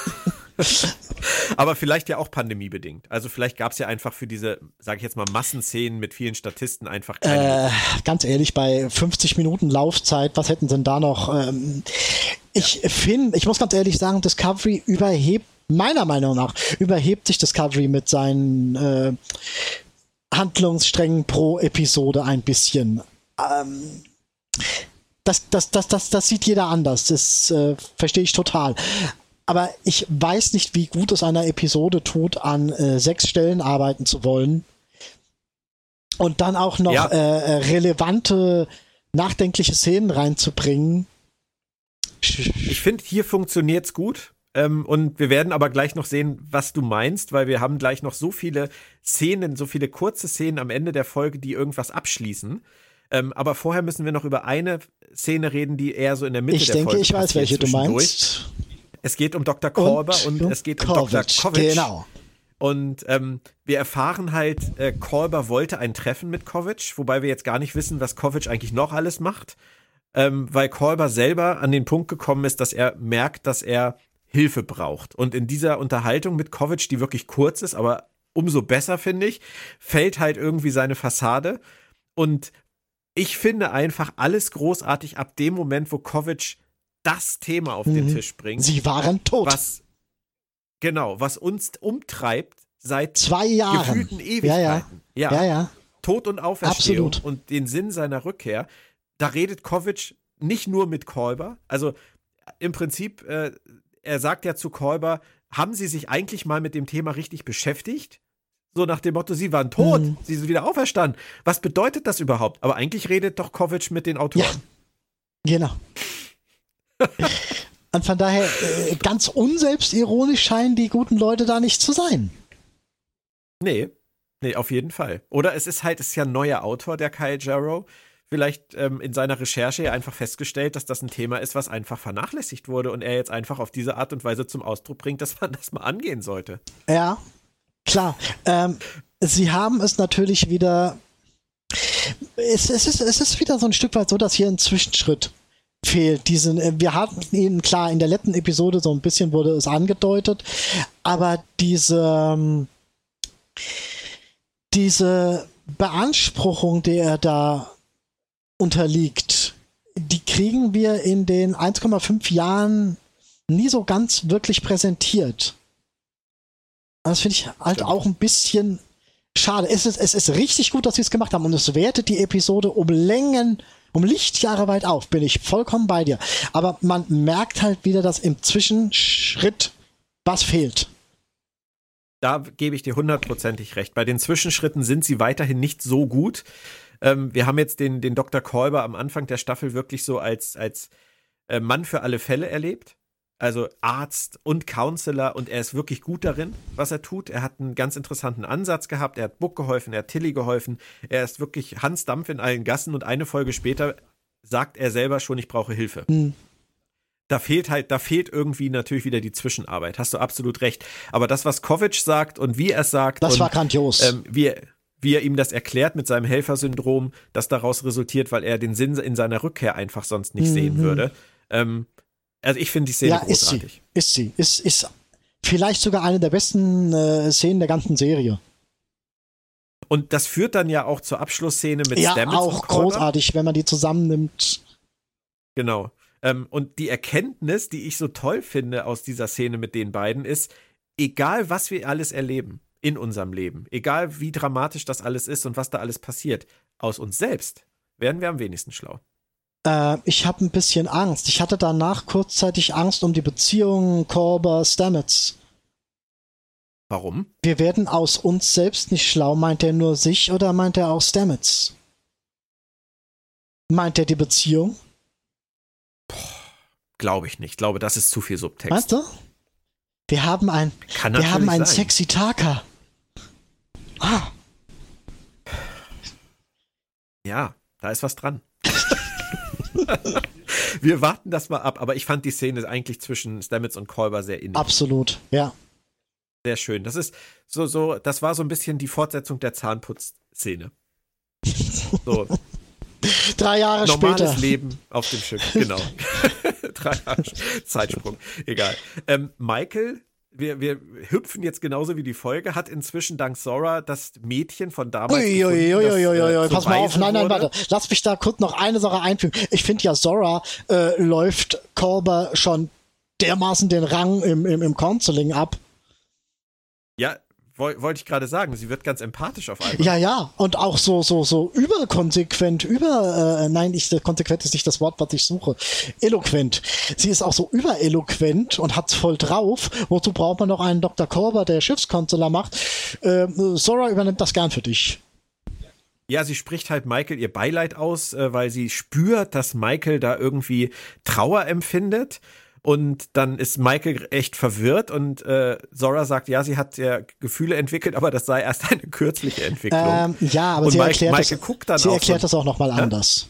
Aber vielleicht ja auch pandemiebedingt. Also vielleicht gab es ja einfach für diese, sage ich jetzt mal, Massenszenen mit vielen Statisten einfach keine. Äh, ganz ehrlich, bei fünfzig Minuten Laufzeit, was hätten sie denn da noch? Ähm, ich ja. finde, ich muss ganz ehrlich sagen, Discovery überhebt, meiner Meinung nach, überhebt sich Discovery mit seinen äh, Handlungssträngen pro Episode ein bisschen. Ähm, das, das, das, das, das sieht jeder anders. Das äh, verstehe ich total. Aber ich weiß nicht, wie gut es einer Episode tut, an äh, sechs Stellen arbeiten zu wollen und dann auch noch ja. äh, relevante, nachdenkliche Szenen reinzubringen. Ich finde, hier funktioniert's gut. Ähm, und wir werden aber gleich noch sehen, was du meinst, weil wir haben gleich noch so viele Szenen, so viele kurze Szenen am Ende der Folge, die irgendwas abschließen. Ähm, aber vorher müssen wir noch über eine Szene reden, die eher so in der Mitte ich der denke, Folge Ich denke, ich weiß, welche du meinst. Es geht um Doktor Kolber und, und es geht um Doktor Kovic. Genau. Und ähm, wir erfahren halt, äh, Kolber wollte ein Treffen mit Kovic, wobei wir jetzt gar nicht wissen, was Kovic eigentlich noch alles macht, ähm, weil Kolber selber an den Punkt gekommen ist, dass er merkt, dass er Hilfe braucht. Und in dieser Unterhaltung mit Kovic, die wirklich kurz ist, aber umso besser, finde ich, fällt halt irgendwie seine Fassade. Und ich finde einfach alles großartig ab dem Moment, wo Kovic das Thema auf mhm. den Tisch bringt. Sie waren tot. Was, genau, was uns umtreibt seit zwei Jahren. Gefühlten Ewigkeiten. Ja, ja. ja. ja, ja. Tod und Auferstehung. Absolut. Und den Sinn seiner Rückkehr. Da redet Kovic nicht nur mit Kolber. Also im Prinzip, äh, er sagt ja zu Kolber, haben Sie sich eigentlich mal mit dem Thema richtig beschäftigt? So nach dem Motto, Sie waren tot, mhm. Sie sind wieder auferstanden. Was bedeutet das überhaupt? Aber eigentlich redet doch Kovic mit den Autoren. Ja, genau. Und von daher, äh, ganz unselbstironisch scheinen die guten Leute da nicht zu sein. Nee, nee, auf jeden Fall. Oder es ist halt, es ist ja ein neuer Autor, der Kyle Jarrow. Vielleicht ähm, in seiner Recherche einfach festgestellt, dass das ein Thema ist, was einfach vernachlässigt wurde und er jetzt einfach auf diese Art und Weise zum Ausdruck bringt, dass man das mal angehen sollte. Ja, klar. Ähm, sie haben es natürlich wieder, es, es, ist, es ist wieder so ein Stück weit so, dass hier ein Zwischenschritt fehlt. Diesen, wir hatten ihn, klar, in der letzten Episode so ein bisschen wurde es angedeutet, aber diese, diese Beanspruchung, der er da unterliegt, die kriegen wir in den eins Komma fünf Jahren nie so ganz wirklich präsentiert. Das finde ich halt Stimmt. auch ein bisschen schade. Es ist, es ist richtig gut, dass sie es gemacht haben und es wertet die Episode um Längen, um Lichtjahre weit auf, bin ich vollkommen bei dir. Aber man merkt halt wieder, dass im Zwischenschritt was fehlt. Da gebe ich dir hundertprozentig recht. Bei den Zwischenschritten sind sie weiterhin nicht so gut. Ähm, wir haben jetzt den, den Doktor Kolber am Anfang der Staffel wirklich so als, als äh, Mann für alle Fälle erlebt. Also Arzt und Counselor und er ist wirklich gut darin, was er tut. Er hat einen ganz interessanten Ansatz gehabt. Er hat Book geholfen, er hat Tilly geholfen. Er ist wirklich Hans Dampf in allen Gassen und eine Folge später sagt er selber schon, ich brauche Hilfe. Mhm. Da fehlt halt, da fehlt irgendwie natürlich wieder die Zwischenarbeit. Hast du absolut recht. Aber das, was Kovic sagt und wie er es sagt. Das und, war grandios. Ähm, wie, er, wie er ihm das erklärt mit seinem Helfersyndrom, das daraus resultiert, weil er den Sinn in seiner Rückkehr einfach sonst nicht mhm. sehen würde. Ähm, also ich finde die Szene ja, großartig. Ist sie. Ist sie. Ist, ist vielleicht sogar eine der besten äh, Szenen der ganzen Serie. Und das führt dann ja auch zur Abschlussszene mit ja, Stamets. Ja, auch großartig, wenn man die zusammennimmt. Genau. Ähm, und die Erkenntnis, die ich so toll finde aus dieser Szene mit den beiden, ist, egal was wir alles erleben in unserem Leben, egal wie dramatisch das alles ist und was da alles passiert, aus uns selbst werden wir am wenigsten schlau. Äh, ich habe ein bisschen Angst. Ich hatte danach kurzzeitig Angst um die Beziehung Korber-Stamets. Warum? Wir werden aus uns selbst nicht schlau. Meint er nur sich oder meint er auch Stamets? Meint er die Beziehung? Glaube ich nicht. Ich glaube, das ist zu viel Subtext. Weißt du? Wir haben ein, Kann wir haben einen sein. sexy Taka. Ah. Ja, da ist was dran. Wir warten das mal ab, aber ich fand die Szene eigentlich zwischen Stamets und Kolber sehr innig. Absolut, ja. Sehr schön. Das ist so, so, das war so ein bisschen die Fortsetzung der Zahnputz-Szene. So. Drei Jahre Normales später. Leben auf dem Schiff, genau. Drei Jahre Zeitsprung, egal. Ähm, Michael, wir, wir hüpfen jetzt genauso wie die Folge, hat inzwischen dank Zora das Mädchen von damals Uiuiuiui, äh, pass mal auf, nein, nein, wurde. warte. Lass mich da kurz noch eine Sache einfügen. Ich finde ja, Zora äh, läuft Kolber schon dermaßen den Rang im, im, im Counseling ab. Ja, wollte ich gerade sagen, sie wird ganz empathisch auf einmal. Ja, ja, und auch so, so, so überkonsequent, über, äh, nein, ich, konsequent ist nicht das Wort, was ich suche, eloquent. Sie ist auch so übereloquent und hat's voll drauf. Wozu braucht man noch einen Doktor Kolber, der Schiffskonsular macht? Äh, Zora übernimmt das gern für dich. Ja, sie spricht halt Michael ihr Beileid aus, äh, weil sie spürt, dass Michael da irgendwie Trauer empfindet. Und dann ist Michael echt verwirrt und äh, Zora sagt, ja, sie hat ja Gefühle entwickelt, aber das sei erst eine kürzliche Entwicklung. Ähm, ja, aber und sie Mike, erklärt, Michael das, guckt dann sie auch erklärt so, das auch nochmal hä? anders.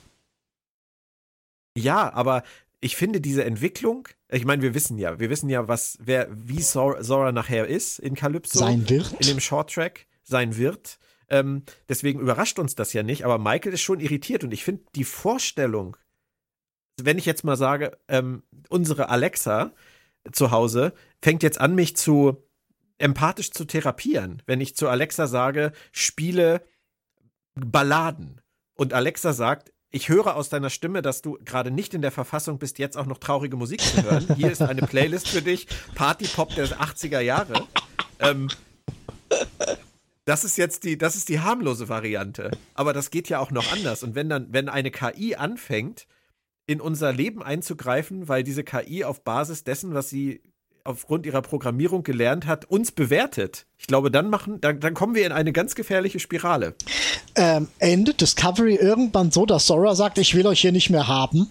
Ja, aber ich finde diese Entwicklung, ich meine, wir wissen ja, wir wissen ja, was, wer, wie Zora, Zora nachher ist in Calypso. Sein wird. In dem Shorttrack, sein wird. Ähm, deswegen überrascht uns das ja nicht, aber Michael ist schon irritiert und ich finde die Vorstellung, wenn ich jetzt mal sage, ähm, unsere Alexa zu Hause fängt jetzt an, mich zu empathisch zu therapieren. Wenn ich zu Alexa sage, spiele Balladen und Alexa sagt, ich höre aus deiner Stimme, dass du gerade nicht in der Verfassung bist, jetzt auch noch traurige Musik zu hören. Hier ist eine Playlist für dich, Partypop der achtziger Jahre. Ähm, das ist jetzt die, das ist die harmlose Variante. Aber das geht ja auch noch anders. Und wenn dann, wenn eine K I anfängt, in unser Leben einzugreifen, weil diese K I auf Basis dessen, was sie aufgrund ihrer Programmierung gelernt hat, uns bewertet. Ich glaube, dann machen, dann, dann kommen wir in eine ganz gefährliche Spirale. Ähm, endet Discovery irgendwann so, dass Zora sagt, ich will euch hier nicht mehr haben?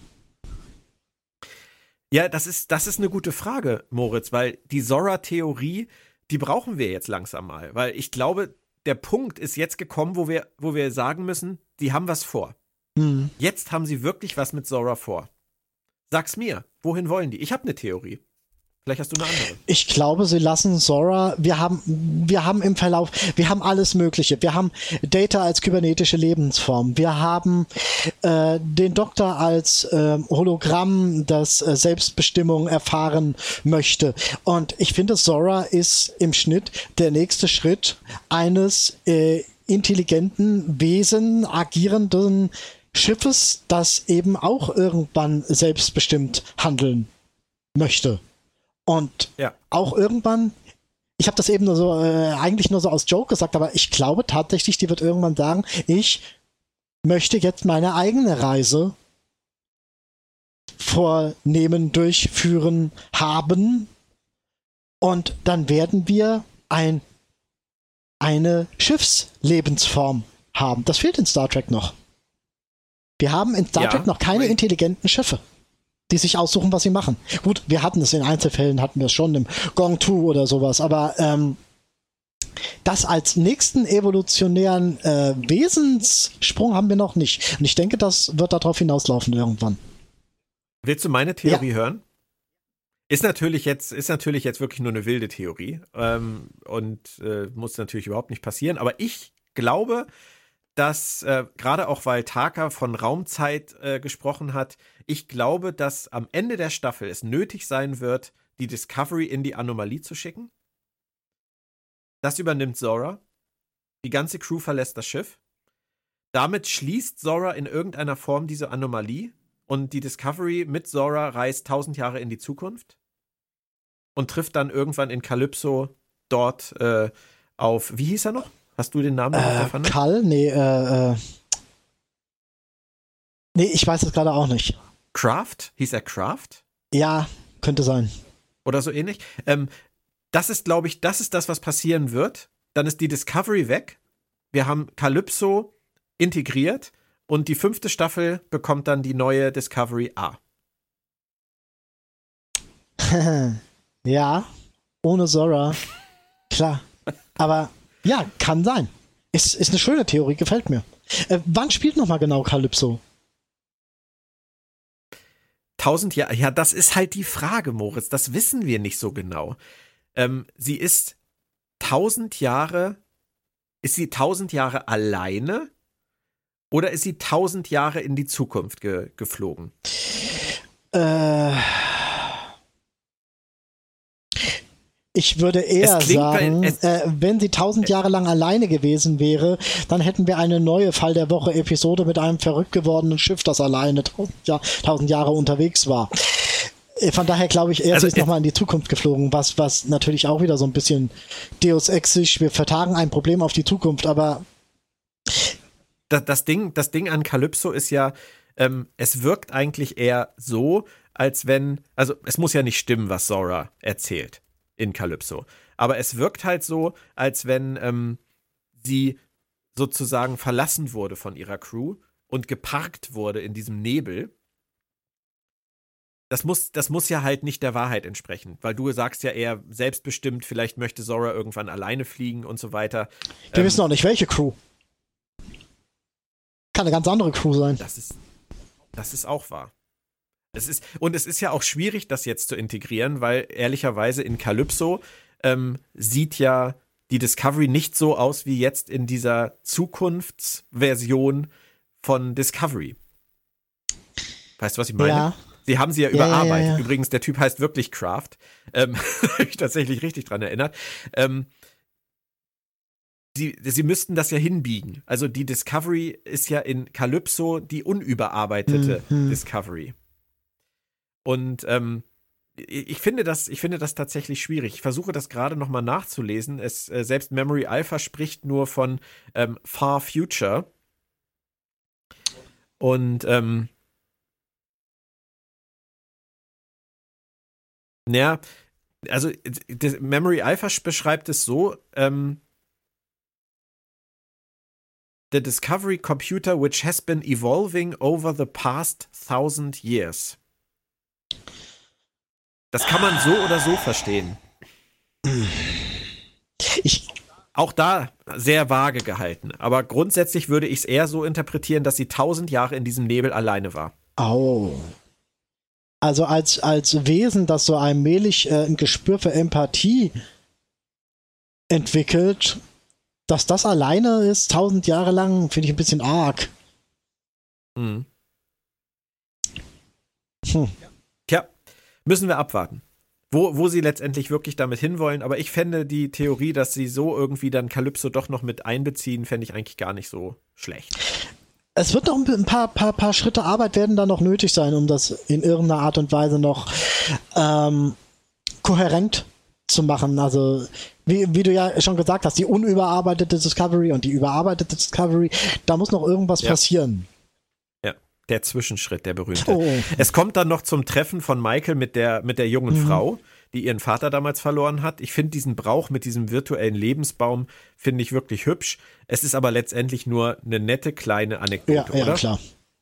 Ja, das ist, das ist eine gute Frage, Moritz, weil die Zora-Theorie, die brauchen wir jetzt langsam mal. Weil ich glaube, der Punkt ist jetzt gekommen, wo wir, wo wir sagen müssen, die haben was vor. Hm. Jetzt haben sie wirklich was mit Zora vor. Sag's mir, wohin wollen die? Ich habe eine Theorie. Vielleicht hast du eine andere. Ich glaube, sie lassen Zora, wir haben, wir haben im Verlauf, wir haben alles Mögliche. Wir haben Data als kybernetische Lebensform. Wir haben äh, den Doktor als äh, Hologramm, das äh, Selbstbestimmung erfahren möchte. Und ich finde, Zora ist im Schnitt der nächste Schritt eines äh, intelligenten Wesen, agierenden Schiffes, das eben auch irgendwann selbstbestimmt handeln möchte. Und ja. auch irgendwann, ich habe das eben nur so, äh, eigentlich nur so aus Joke gesagt, aber ich glaube tatsächlich, die wird irgendwann sagen, ich möchte jetzt meine eigene Reise vornehmen, durchführen, haben. Und dann werden wir ein, eine Schiffslebensform haben. Das fehlt in Star Trek noch. Wir haben in Star ja, Trek noch keine intelligenten Schiffe, die sich aussuchen, was sie machen. Gut, wir hatten es in Einzelfällen, hatten wir es schon im Gong zwei oder sowas, aber ähm, das als nächsten evolutionären äh, Wesenssprung haben wir noch nicht. Und ich denke, das wird darauf hinauslaufen irgendwann. Willst du meine Theorie ja. hören? Ist natürlich jetzt, ist natürlich jetzt wirklich nur eine wilde Theorie ähm, und äh, muss natürlich überhaupt nicht passieren. Aber ich glaube, dass, äh, gerade auch weil Taka von Raumzeit äh, gesprochen hat, ich glaube, dass am Ende der Staffel es nötig sein wird, die Discovery in die Anomalie zu schicken. Das übernimmt Zora. Die ganze Crew verlässt das Schiff. Damit schließt Zora in irgendeiner Form diese Anomalie und die Discovery mit Zora reist tausend Jahre in die Zukunft und trifft dann irgendwann in Calypso dort äh, auf, wie hieß er noch? Hast du den Namen noch Äh, erfahren? Kal? Nee, äh, äh. Nee, ich weiß es gerade auch nicht. Kraft? Hieß er Kraft? Ja, könnte sein. Oder so ähnlich. Ähm, das ist, glaube ich, das ist das, was passieren wird. Dann ist die Discovery weg. Wir haben Calypso integriert und die fünfte Staffel bekommt dann die neue Discovery A. Ja, ohne Zora. Klar. Aber ja, kann sein. Ist, ist eine schöne Theorie, gefällt mir. Äh, wann spielt nochmal genau Calypso? Tausend Jahre, ja, das ist halt die Frage, Moritz. Das wissen wir nicht so genau. Ähm, sie ist tausend Jahre, ist sie tausend Jahre alleine oder ist sie tausend Jahre in die Zukunft ge- geflogen? Äh, ich würde eher Es klingt, sagen, weil es- äh, wenn sie tausend Jahre lang alleine gewesen wäre, dann hätten wir eine neue Fall der Woche Episode mit einem verrückt gewordenen Schiff, das alleine tausend, Jahr, tausend Jahre unterwegs war. Äh, Von daher glaube ich eher, Also sie ist es- nochmal in die Zukunft geflogen, was, was natürlich auch wieder so ein bisschen Deus Ex-isch, wir vertagen ein Problem auf die Zukunft, aber Das, das, Ding, das Ding an Calypso ist ja, ähm, es wirkt eigentlich eher so, als wenn, also es muss ja nicht stimmen, was Zora erzählt in Calypso, aber es wirkt halt so, als wenn ähm, sie sozusagen verlassen wurde von ihrer Crew und geparkt wurde in diesem Nebel. Das muss, das muss ja halt nicht der Wahrheit entsprechen, weil du sagst ja eher selbstbestimmt, vielleicht möchte Zora irgendwann alleine fliegen und so weiter. wir Ähm, wissen auch nicht, welche Crew. Kann eine ganz andere Crew sein. Das ist, das ist auch wahr. Es ist, und es ist ja auch schwierig, das jetzt zu integrieren, weil ehrlicherweise in Calypso ähm, sieht ja die Discovery nicht so aus wie jetzt in dieser Zukunftsversion von Discovery. Weißt du, was ich meine? Ja. Sie haben sie ja Ja, ja, überarbeitet. ja, ja. Übrigens, der Typ heißt wirklich Kraft. Ähm, habe ich tatsächlich richtig dran erinnert. Ähm, Sie, sie müssten das ja hinbiegen. Also die Discovery ist ja in Calypso die unüberarbeitete Mhm. Discovery. Und ähm, ich ich finde das, ich finde das tatsächlich schwierig. Ich versuche das gerade nochmal nachzulesen. Es, äh, selbst Memory Alpha spricht nur von ähm, Far Future. Und ähm, naja, also das Memory Alpha beschreibt es so, ähm, the Discovery computer which has been evolving over the past thousand years. Das kann man so oder so verstehen. Ich, Auch da sehr vage gehalten. Aber grundsätzlich würde ich es eher so interpretieren, dass sie tausend Jahre in diesem Nebel alleine war. oh. Also als, als Wesen, das so allmählich äh, ein Gespür für Empathie entwickelt, dass das alleine ist, tausend Jahre lang, finde ich ein bisschen arg. Mhm. Hm. Tja, müssen wir abwarten. Wo, wo sie letztendlich wirklich damit hinwollen. Aber ich fände die Theorie, dass sie so irgendwie dann Calypso doch noch mit einbeziehen, fände ich eigentlich gar nicht so schlecht. Es wird noch ein paar, paar, paar Schritte Arbeit werden da noch nötig sein, um das in irgendeiner Art und Weise noch ähm, kohärent zu machen. Also wie, wie du ja schon gesagt hast, die unüberarbeitete Discovery und die überarbeitete Discovery, da muss noch irgendwas Ja. passieren. Ja, der Zwischenschritt, der berühmte. Oh. Es kommt dann noch zum Treffen von Michael mit der, mit der jungen Mhm. Frau, die ihren Vater damals verloren hat. Ich finde diesen Brauch mit diesem virtuellen Lebensbaum, finde ich wirklich hübsch. Es ist aber letztendlich nur eine nette kleine Anekdote, Ja, ja, oder? klar.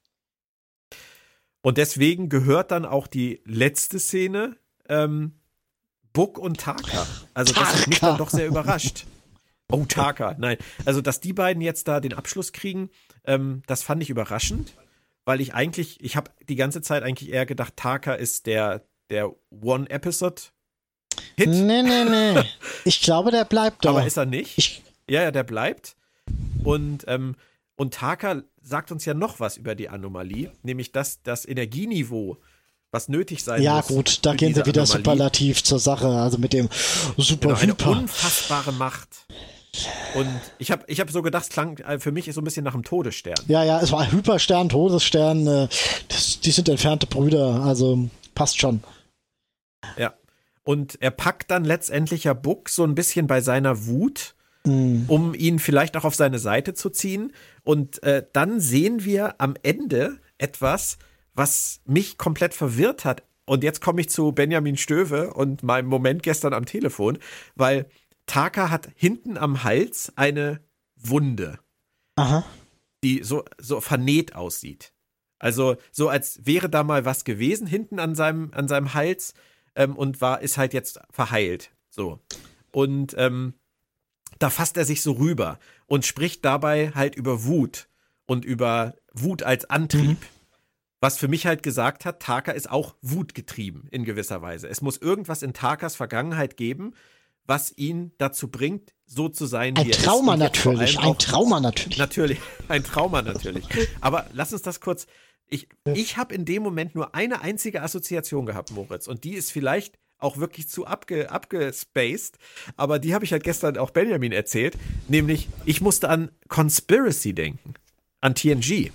Und deswegen gehört dann auch die letzte Szene ähm, Book und Taka. Also das hat mich Taka. dann doch sehr überrascht. Oh, Taka, nein. Also, dass die beiden jetzt da den Abschluss kriegen, ähm, das fand ich überraschend, weil ich eigentlich, ich habe die ganze Zeit eigentlich eher gedacht, Taka ist der der One-Episode-Hit. Nee, nee, nee. Ich glaube, der bleibt da. Aber ist er nicht? Ich, ja, ja, der bleibt. Und, ähm, und Taka sagt uns ja noch was über die Anomalie, nämlich dass das Energieniveau, was nötig sein ja, muss. Ja gut, da für gehen sie wieder Anomalie. Superlativ zur Sache, also mit dem super, genau, eine super. unfassbare Macht. Und ich habe ich hab so gedacht, es klang für mich so ein bisschen nach einem Todesstern. Ja, ja, es war Hyperstern, Todesstern, äh, das, die sind entfernte Brüder, also passt schon. Ja, und er packt dann letztendlich ja Book so ein bisschen bei seiner Wut, mm. um ihn vielleicht auch auf seine Seite zu ziehen. Und äh, dann sehen wir am Ende etwas, was mich komplett verwirrt hat. Und jetzt komme ich zu Benjamin Stöwe und meinem Moment gestern am Telefon, weil Taka hat hinten am Hals eine Wunde, Aha. die so, so vernäht aussieht. Also so, als wäre da mal was gewesen hinten an seinem, an seinem Hals ähm, und war, ist halt jetzt verheilt. So. Und ähm, da fasst er sich so rüber und spricht dabei halt über Wut und über Wut als Antrieb. Mhm. Was für mich halt gesagt hat, Taka ist auch wutgetrieben in gewisser Weise. Es muss irgendwas in Takas Vergangenheit geben, was ihn dazu bringt, so zu sein, wie ein er ist. Trauma natürlich, ein Trauma natürlich. Natürlich, ein Trauma natürlich. Aber lass uns das kurz, ich, ich habe in dem Moment nur eine einzige Assoziation gehabt, Moritz, und die ist vielleicht auch wirklich zu abge, abgespaced, aber die habe ich halt gestern auch Benjamin erzählt, nämlich, ich musste an Conspiracy denken, an T N G.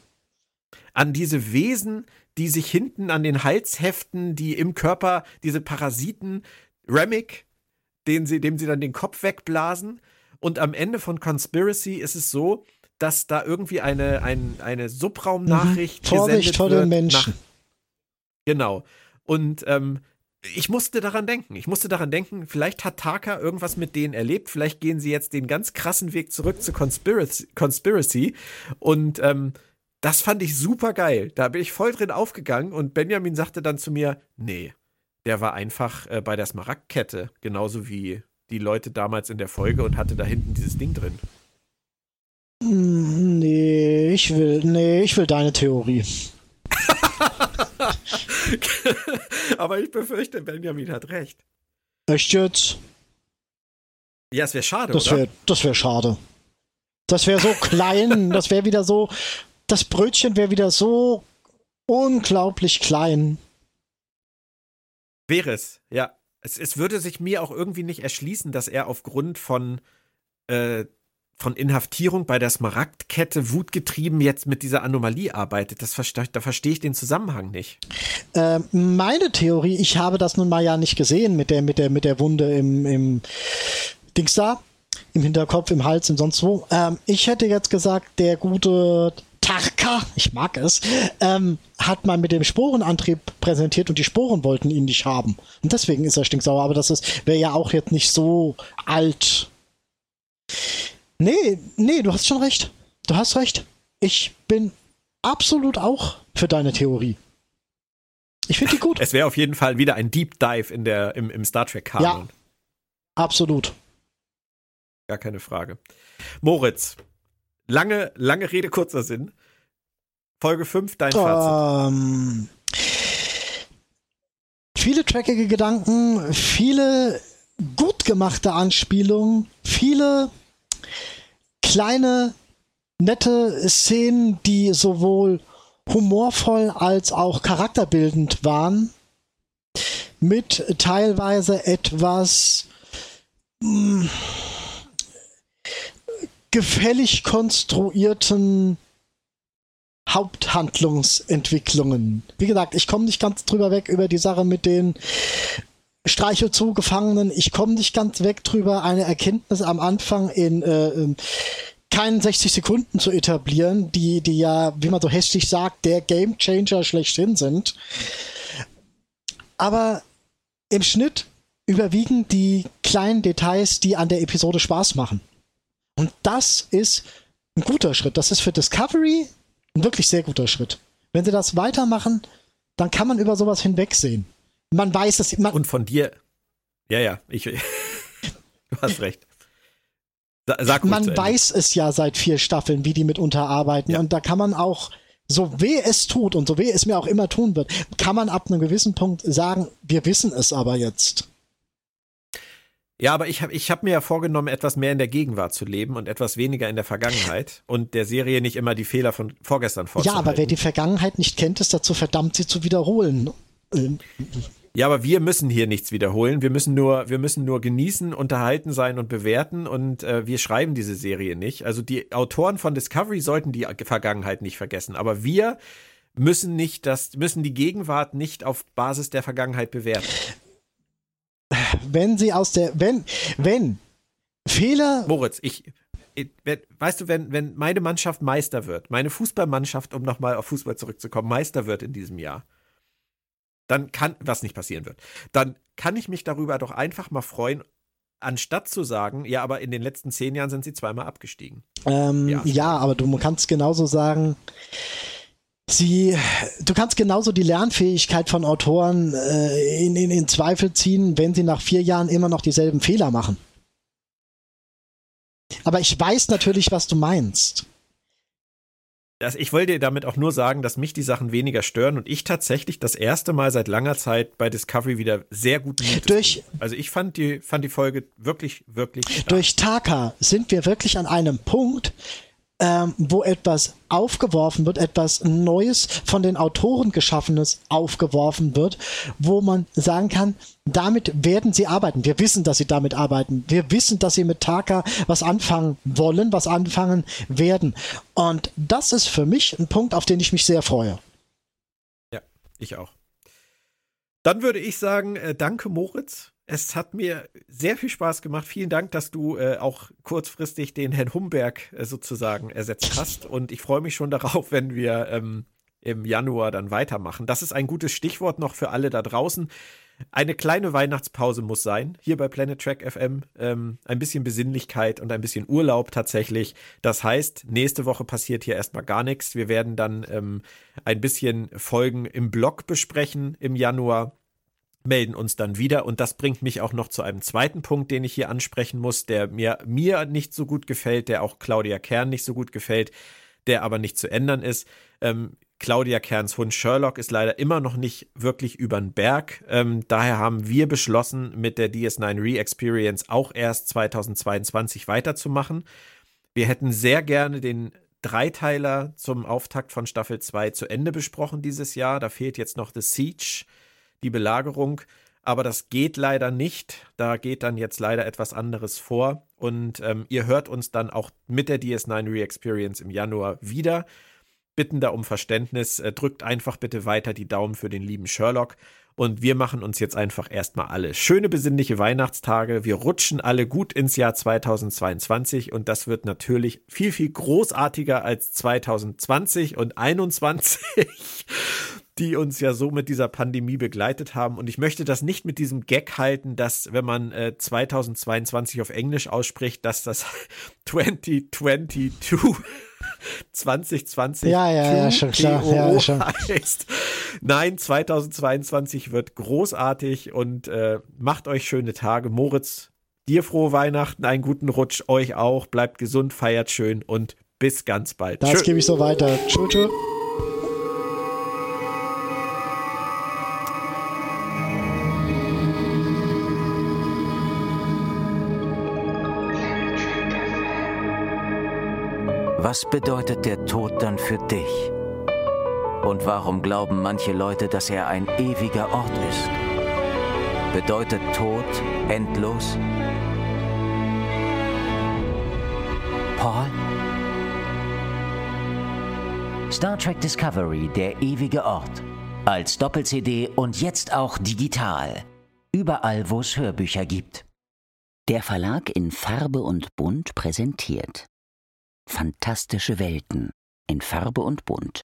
An diese Wesen, die sich hinten an den Hals heften, die im Körper, diese Parasiten, Remick, den sie, dem sie dann den Kopf wegblasen. Und am Ende von Conspiracy ist es so, dass da irgendwie eine, ein, eine Subraumnachricht mhm. Vorsicht gesendet vor wird. den Menschen. Nach, genau. Und ähm, ich musste daran denken. Ich musste daran denken, vielleicht hat Taka irgendwas mit denen erlebt. Vielleicht gehen sie jetzt den ganz krassen Weg zurück zu Conspiracy. Conspiracy. Und ähm, das fand ich super geil. Da bin ich voll drin aufgegangen. Und Benjamin sagte dann zu mir, nee, der war einfach äh, bei der Smaragdkette, genauso wie die Leute damals in der Folge und hatte da hinten dieses Ding drin. Nee, ich will, nee, ich will deine Theorie. Aber ich befürchte, Benjamin hat recht. Echt jetzt? Ja, es wäre schade, das oder? Wär, das wäre schade. Das wäre so klein, das wäre wieder so, das Brötchen wäre wieder so unglaublich klein. Wäre es, ja. Es, es würde sich mir auch irgendwie nicht erschließen, dass er aufgrund von, äh, von Inhaftierung bei der Smaragdkette wutgetrieben jetzt mit dieser Anomalie arbeitet. Das verste- da verstehe ich den Zusammenhang nicht. Äh, meine Theorie, ich habe das nun mal ja nicht gesehen mit der, mit der, mit der Wunde im, im Dings da, im Hinterkopf, im Hals und sonst wo. Ähm, ich hätte jetzt gesagt, der gute Tarka, ich mag es, ähm, hat mal mit dem Sporenantrieb präsentiert und die Sporen wollten ihn nicht haben. Und deswegen ist er stinksauer, aber das ist, wäre ja auch jetzt nicht so alt. Nee, nee, du hast schon recht. Du hast recht. Ich bin absolut auch für deine Theorie. Ich finde die gut. Es wäre auf jeden Fall wieder ein Deep Dive in der, im, im Star Trek-Kanon. Ja, absolut. Gar keine Frage. Moritz, lange, lange Rede, kurzer Sinn. Folge fünf, dein Fazit. Ähm, viele trackige Gedanken, viele gut gemachte Anspielungen, viele kleine, nette Szenen, die sowohl humorvoll als auch charakterbildend waren, mit teilweise etwas mh, gefällig konstruierten Haupthandlungsentwicklungen. Wie gesagt, ich komme nicht ganz drüber weg über die Sache mit den Streichelzoo-Gefangenen. Ich komme nicht ganz weg drüber, eine Erkenntnis am Anfang in äh, keinen sechzig Sekunden zu etablieren, die, die ja, wie man so hässlich sagt, der Gamechanger schlechthin sind. Aber im Schnitt überwiegen die kleinen Details, die an der Episode Spaß machen. Und das ist ein guter Schritt. Das ist für Discovery ein wirklich sehr guter Schritt. Wenn sie das weitermachen, dann kann man über sowas hinwegsehen. Man weiß, dass man Und von dir, ja, ja, ich, du hast recht. Sag man weiß es ja seit vier Staffeln, wie die mitunter arbeiten. Ja. Und da kann man auch so weh es tut und so weh es mir auch immer tun wird, kann man ab einem gewissen Punkt sagen, wir wissen es aber jetzt. Ja, aber ich habe ich hab mir ja vorgenommen, etwas mehr in der Gegenwart zu leben und etwas weniger in der Vergangenheit und der Serie nicht immer die Fehler von vorgestern vorzuhalten. Ja, aber wer die Vergangenheit nicht kennt, ist dazu verdammt, sie zu wiederholen. Ja, aber wir müssen hier nichts wiederholen. Wir müssen nur, wir müssen nur genießen, unterhalten sein und bewerten und äh, wir schreiben diese Serie nicht. Also die Autoren von Discovery sollten die Vergangenheit nicht vergessen, aber wir müssen nicht das, müssen die Gegenwart nicht auf Basis der Vergangenheit bewerten. Wenn sie aus der, wenn, wenn Fehler. Moritz, ich, ich weißt du, wenn, wenn meine Mannschaft Meister wird, meine Fußballmannschaft, um nochmal auf Fußball zurückzukommen, Meister wird in diesem Jahr, dann kann, was nicht passieren wird, dann kann ich mich darüber doch einfach mal freuen, anstatt zu sagen, ja, aber in den letzten zehn Jahren sind sie zweimal abgestiegen. Ähm, ja. ja, aber du kannst genauso sagen, Sie, du kannst genauso die Lernfähigkeit von Autoren äh, in, in, in Zweifel ziehen, wenn sie nach vier Jahren immer noch dieselben Fehler machen. Aber ich weiß natürlich, was du meinst. Das, ich wollte dir damit auch nur sagen, dass mich die Sachen weniger stören und ich tatsächlich das erste Mal seit langer Zeit bei Discovery wieder sehr gut durch. Also ich fand die, fand die Folge wirklich, wirklich stark. Durch Taka sind wir wirklich an einem Punkt, Ähm, wo etwas aufgeworfen wird, etwas Neues von den Autoren Geschaffenes aufgeworfen wird, wo man sagen kann, damit werden sie arbeiten. Wir wissen, dass sie damit arbeiten. Wir wissen, dass sie mit Taka was anfangen wollen, was anfangen werden. Und das ist für mich ein Punkt, auf den ich mich sehr freue. Ja, ich auch. Dann würde ich sagen, äh, danke Moritz. Es hat mir sehr viel Spaß gemacht. Vielen Dank, dass du äh, auch kurzfristig den Herrn Humberg äh, sozusagen ersetzt hast. Und ich freue mich schon darauf, wenn wir ähm, im Januar dann weitermachen. Das ist ein gutes Stichwort noch für alle da draußen. Eine kleine Weihnachtspause muss sein, hier bei Planet Trek F M. Ähm, ein bisschen Besinnlichkeit und ein bisschen Urlaub tatsächlich. Das heißt, nächste Woche passiert hier erstmal gar nichts. Wir werden dann ähm, ein bisschen Folgen im Blog besprechen im Januar. Melden uns dann wieder und das bringt mich auch noch zu einem zweiten Punkt, den ich hier ansprechen muss, der mir, mir nicht so gut gefällt, der auch Claudia Kern nicht so gut gefällt, der aber nicht zu ändern ist. Ähm, Claudia Kerns Hund Sherlock ist leider immer noch nicht wirklich übern Berg. Ähm, daher haben wir beschlossen, mit der D S neun Re-Experience auch erst zweitausendzweiundzwanzig weiterzumachen. Wir hätten sehr gerne den Dreiteiler zum Auftakt von Staffel zwei zu Ende besprochen dieses Jahr. Da fehlt jetzt noch The Siege, die Belagerung, aber das geht leider nicht. Da geht dann jetzt leider etwas anderes vor und ähm, ihr hört uns dann auch mit der D S neun Re-Experience im Januar wieder. Bitten da um Verständnis, äh, drückt einfach bitte weiter die Daumen für den lieben Sherlock und wir machen uns jetzt einfach erstmal alle schöne besinnliche Weihnachtstage. Wir rutschen alle gut ins Jahr zweitausendzweiundzwanzig und das wird natürlich viel, viel großartiger als zweitausendzwanzig und einundzwanzig. Die uns ja so mit dieser Pandemie begleitet haben. Und ich möchte das nicht mit diesem Gag halten, dass, wenn man äh, zweitausendzweiundzwanzig auf Englisch ausspricht, dass das zwanzig zweiundzwanzig zwanzig zwanzig ja, ja, ja, schon klar. Ja, schon. heißt. Nein, zweitausendzweiundzwanzig wird großartig und äh, macht euch schöne Tage. Moritz, dir frohe Weihnachten, einen guten Rutsch, euch auch. Bleibt gesund, feiert schön und bis ganz bald. Das gebe ich so weiter. Tschüss, tschüss. Was bedeutet der Tod dann für dich? Und warum glauben manche Leute, dass er ein ewiger Ort ist? Bedeutet Tod endlos? Paul? Star Trek Discovery, der ewige Ort. Als Doppel-C D und jetzt auch digital. Überall, wo es Hörbücher gibt. Der Verlag in Farbe und Bunt präsentiert Fantastische Welten in Farbe und Bunt.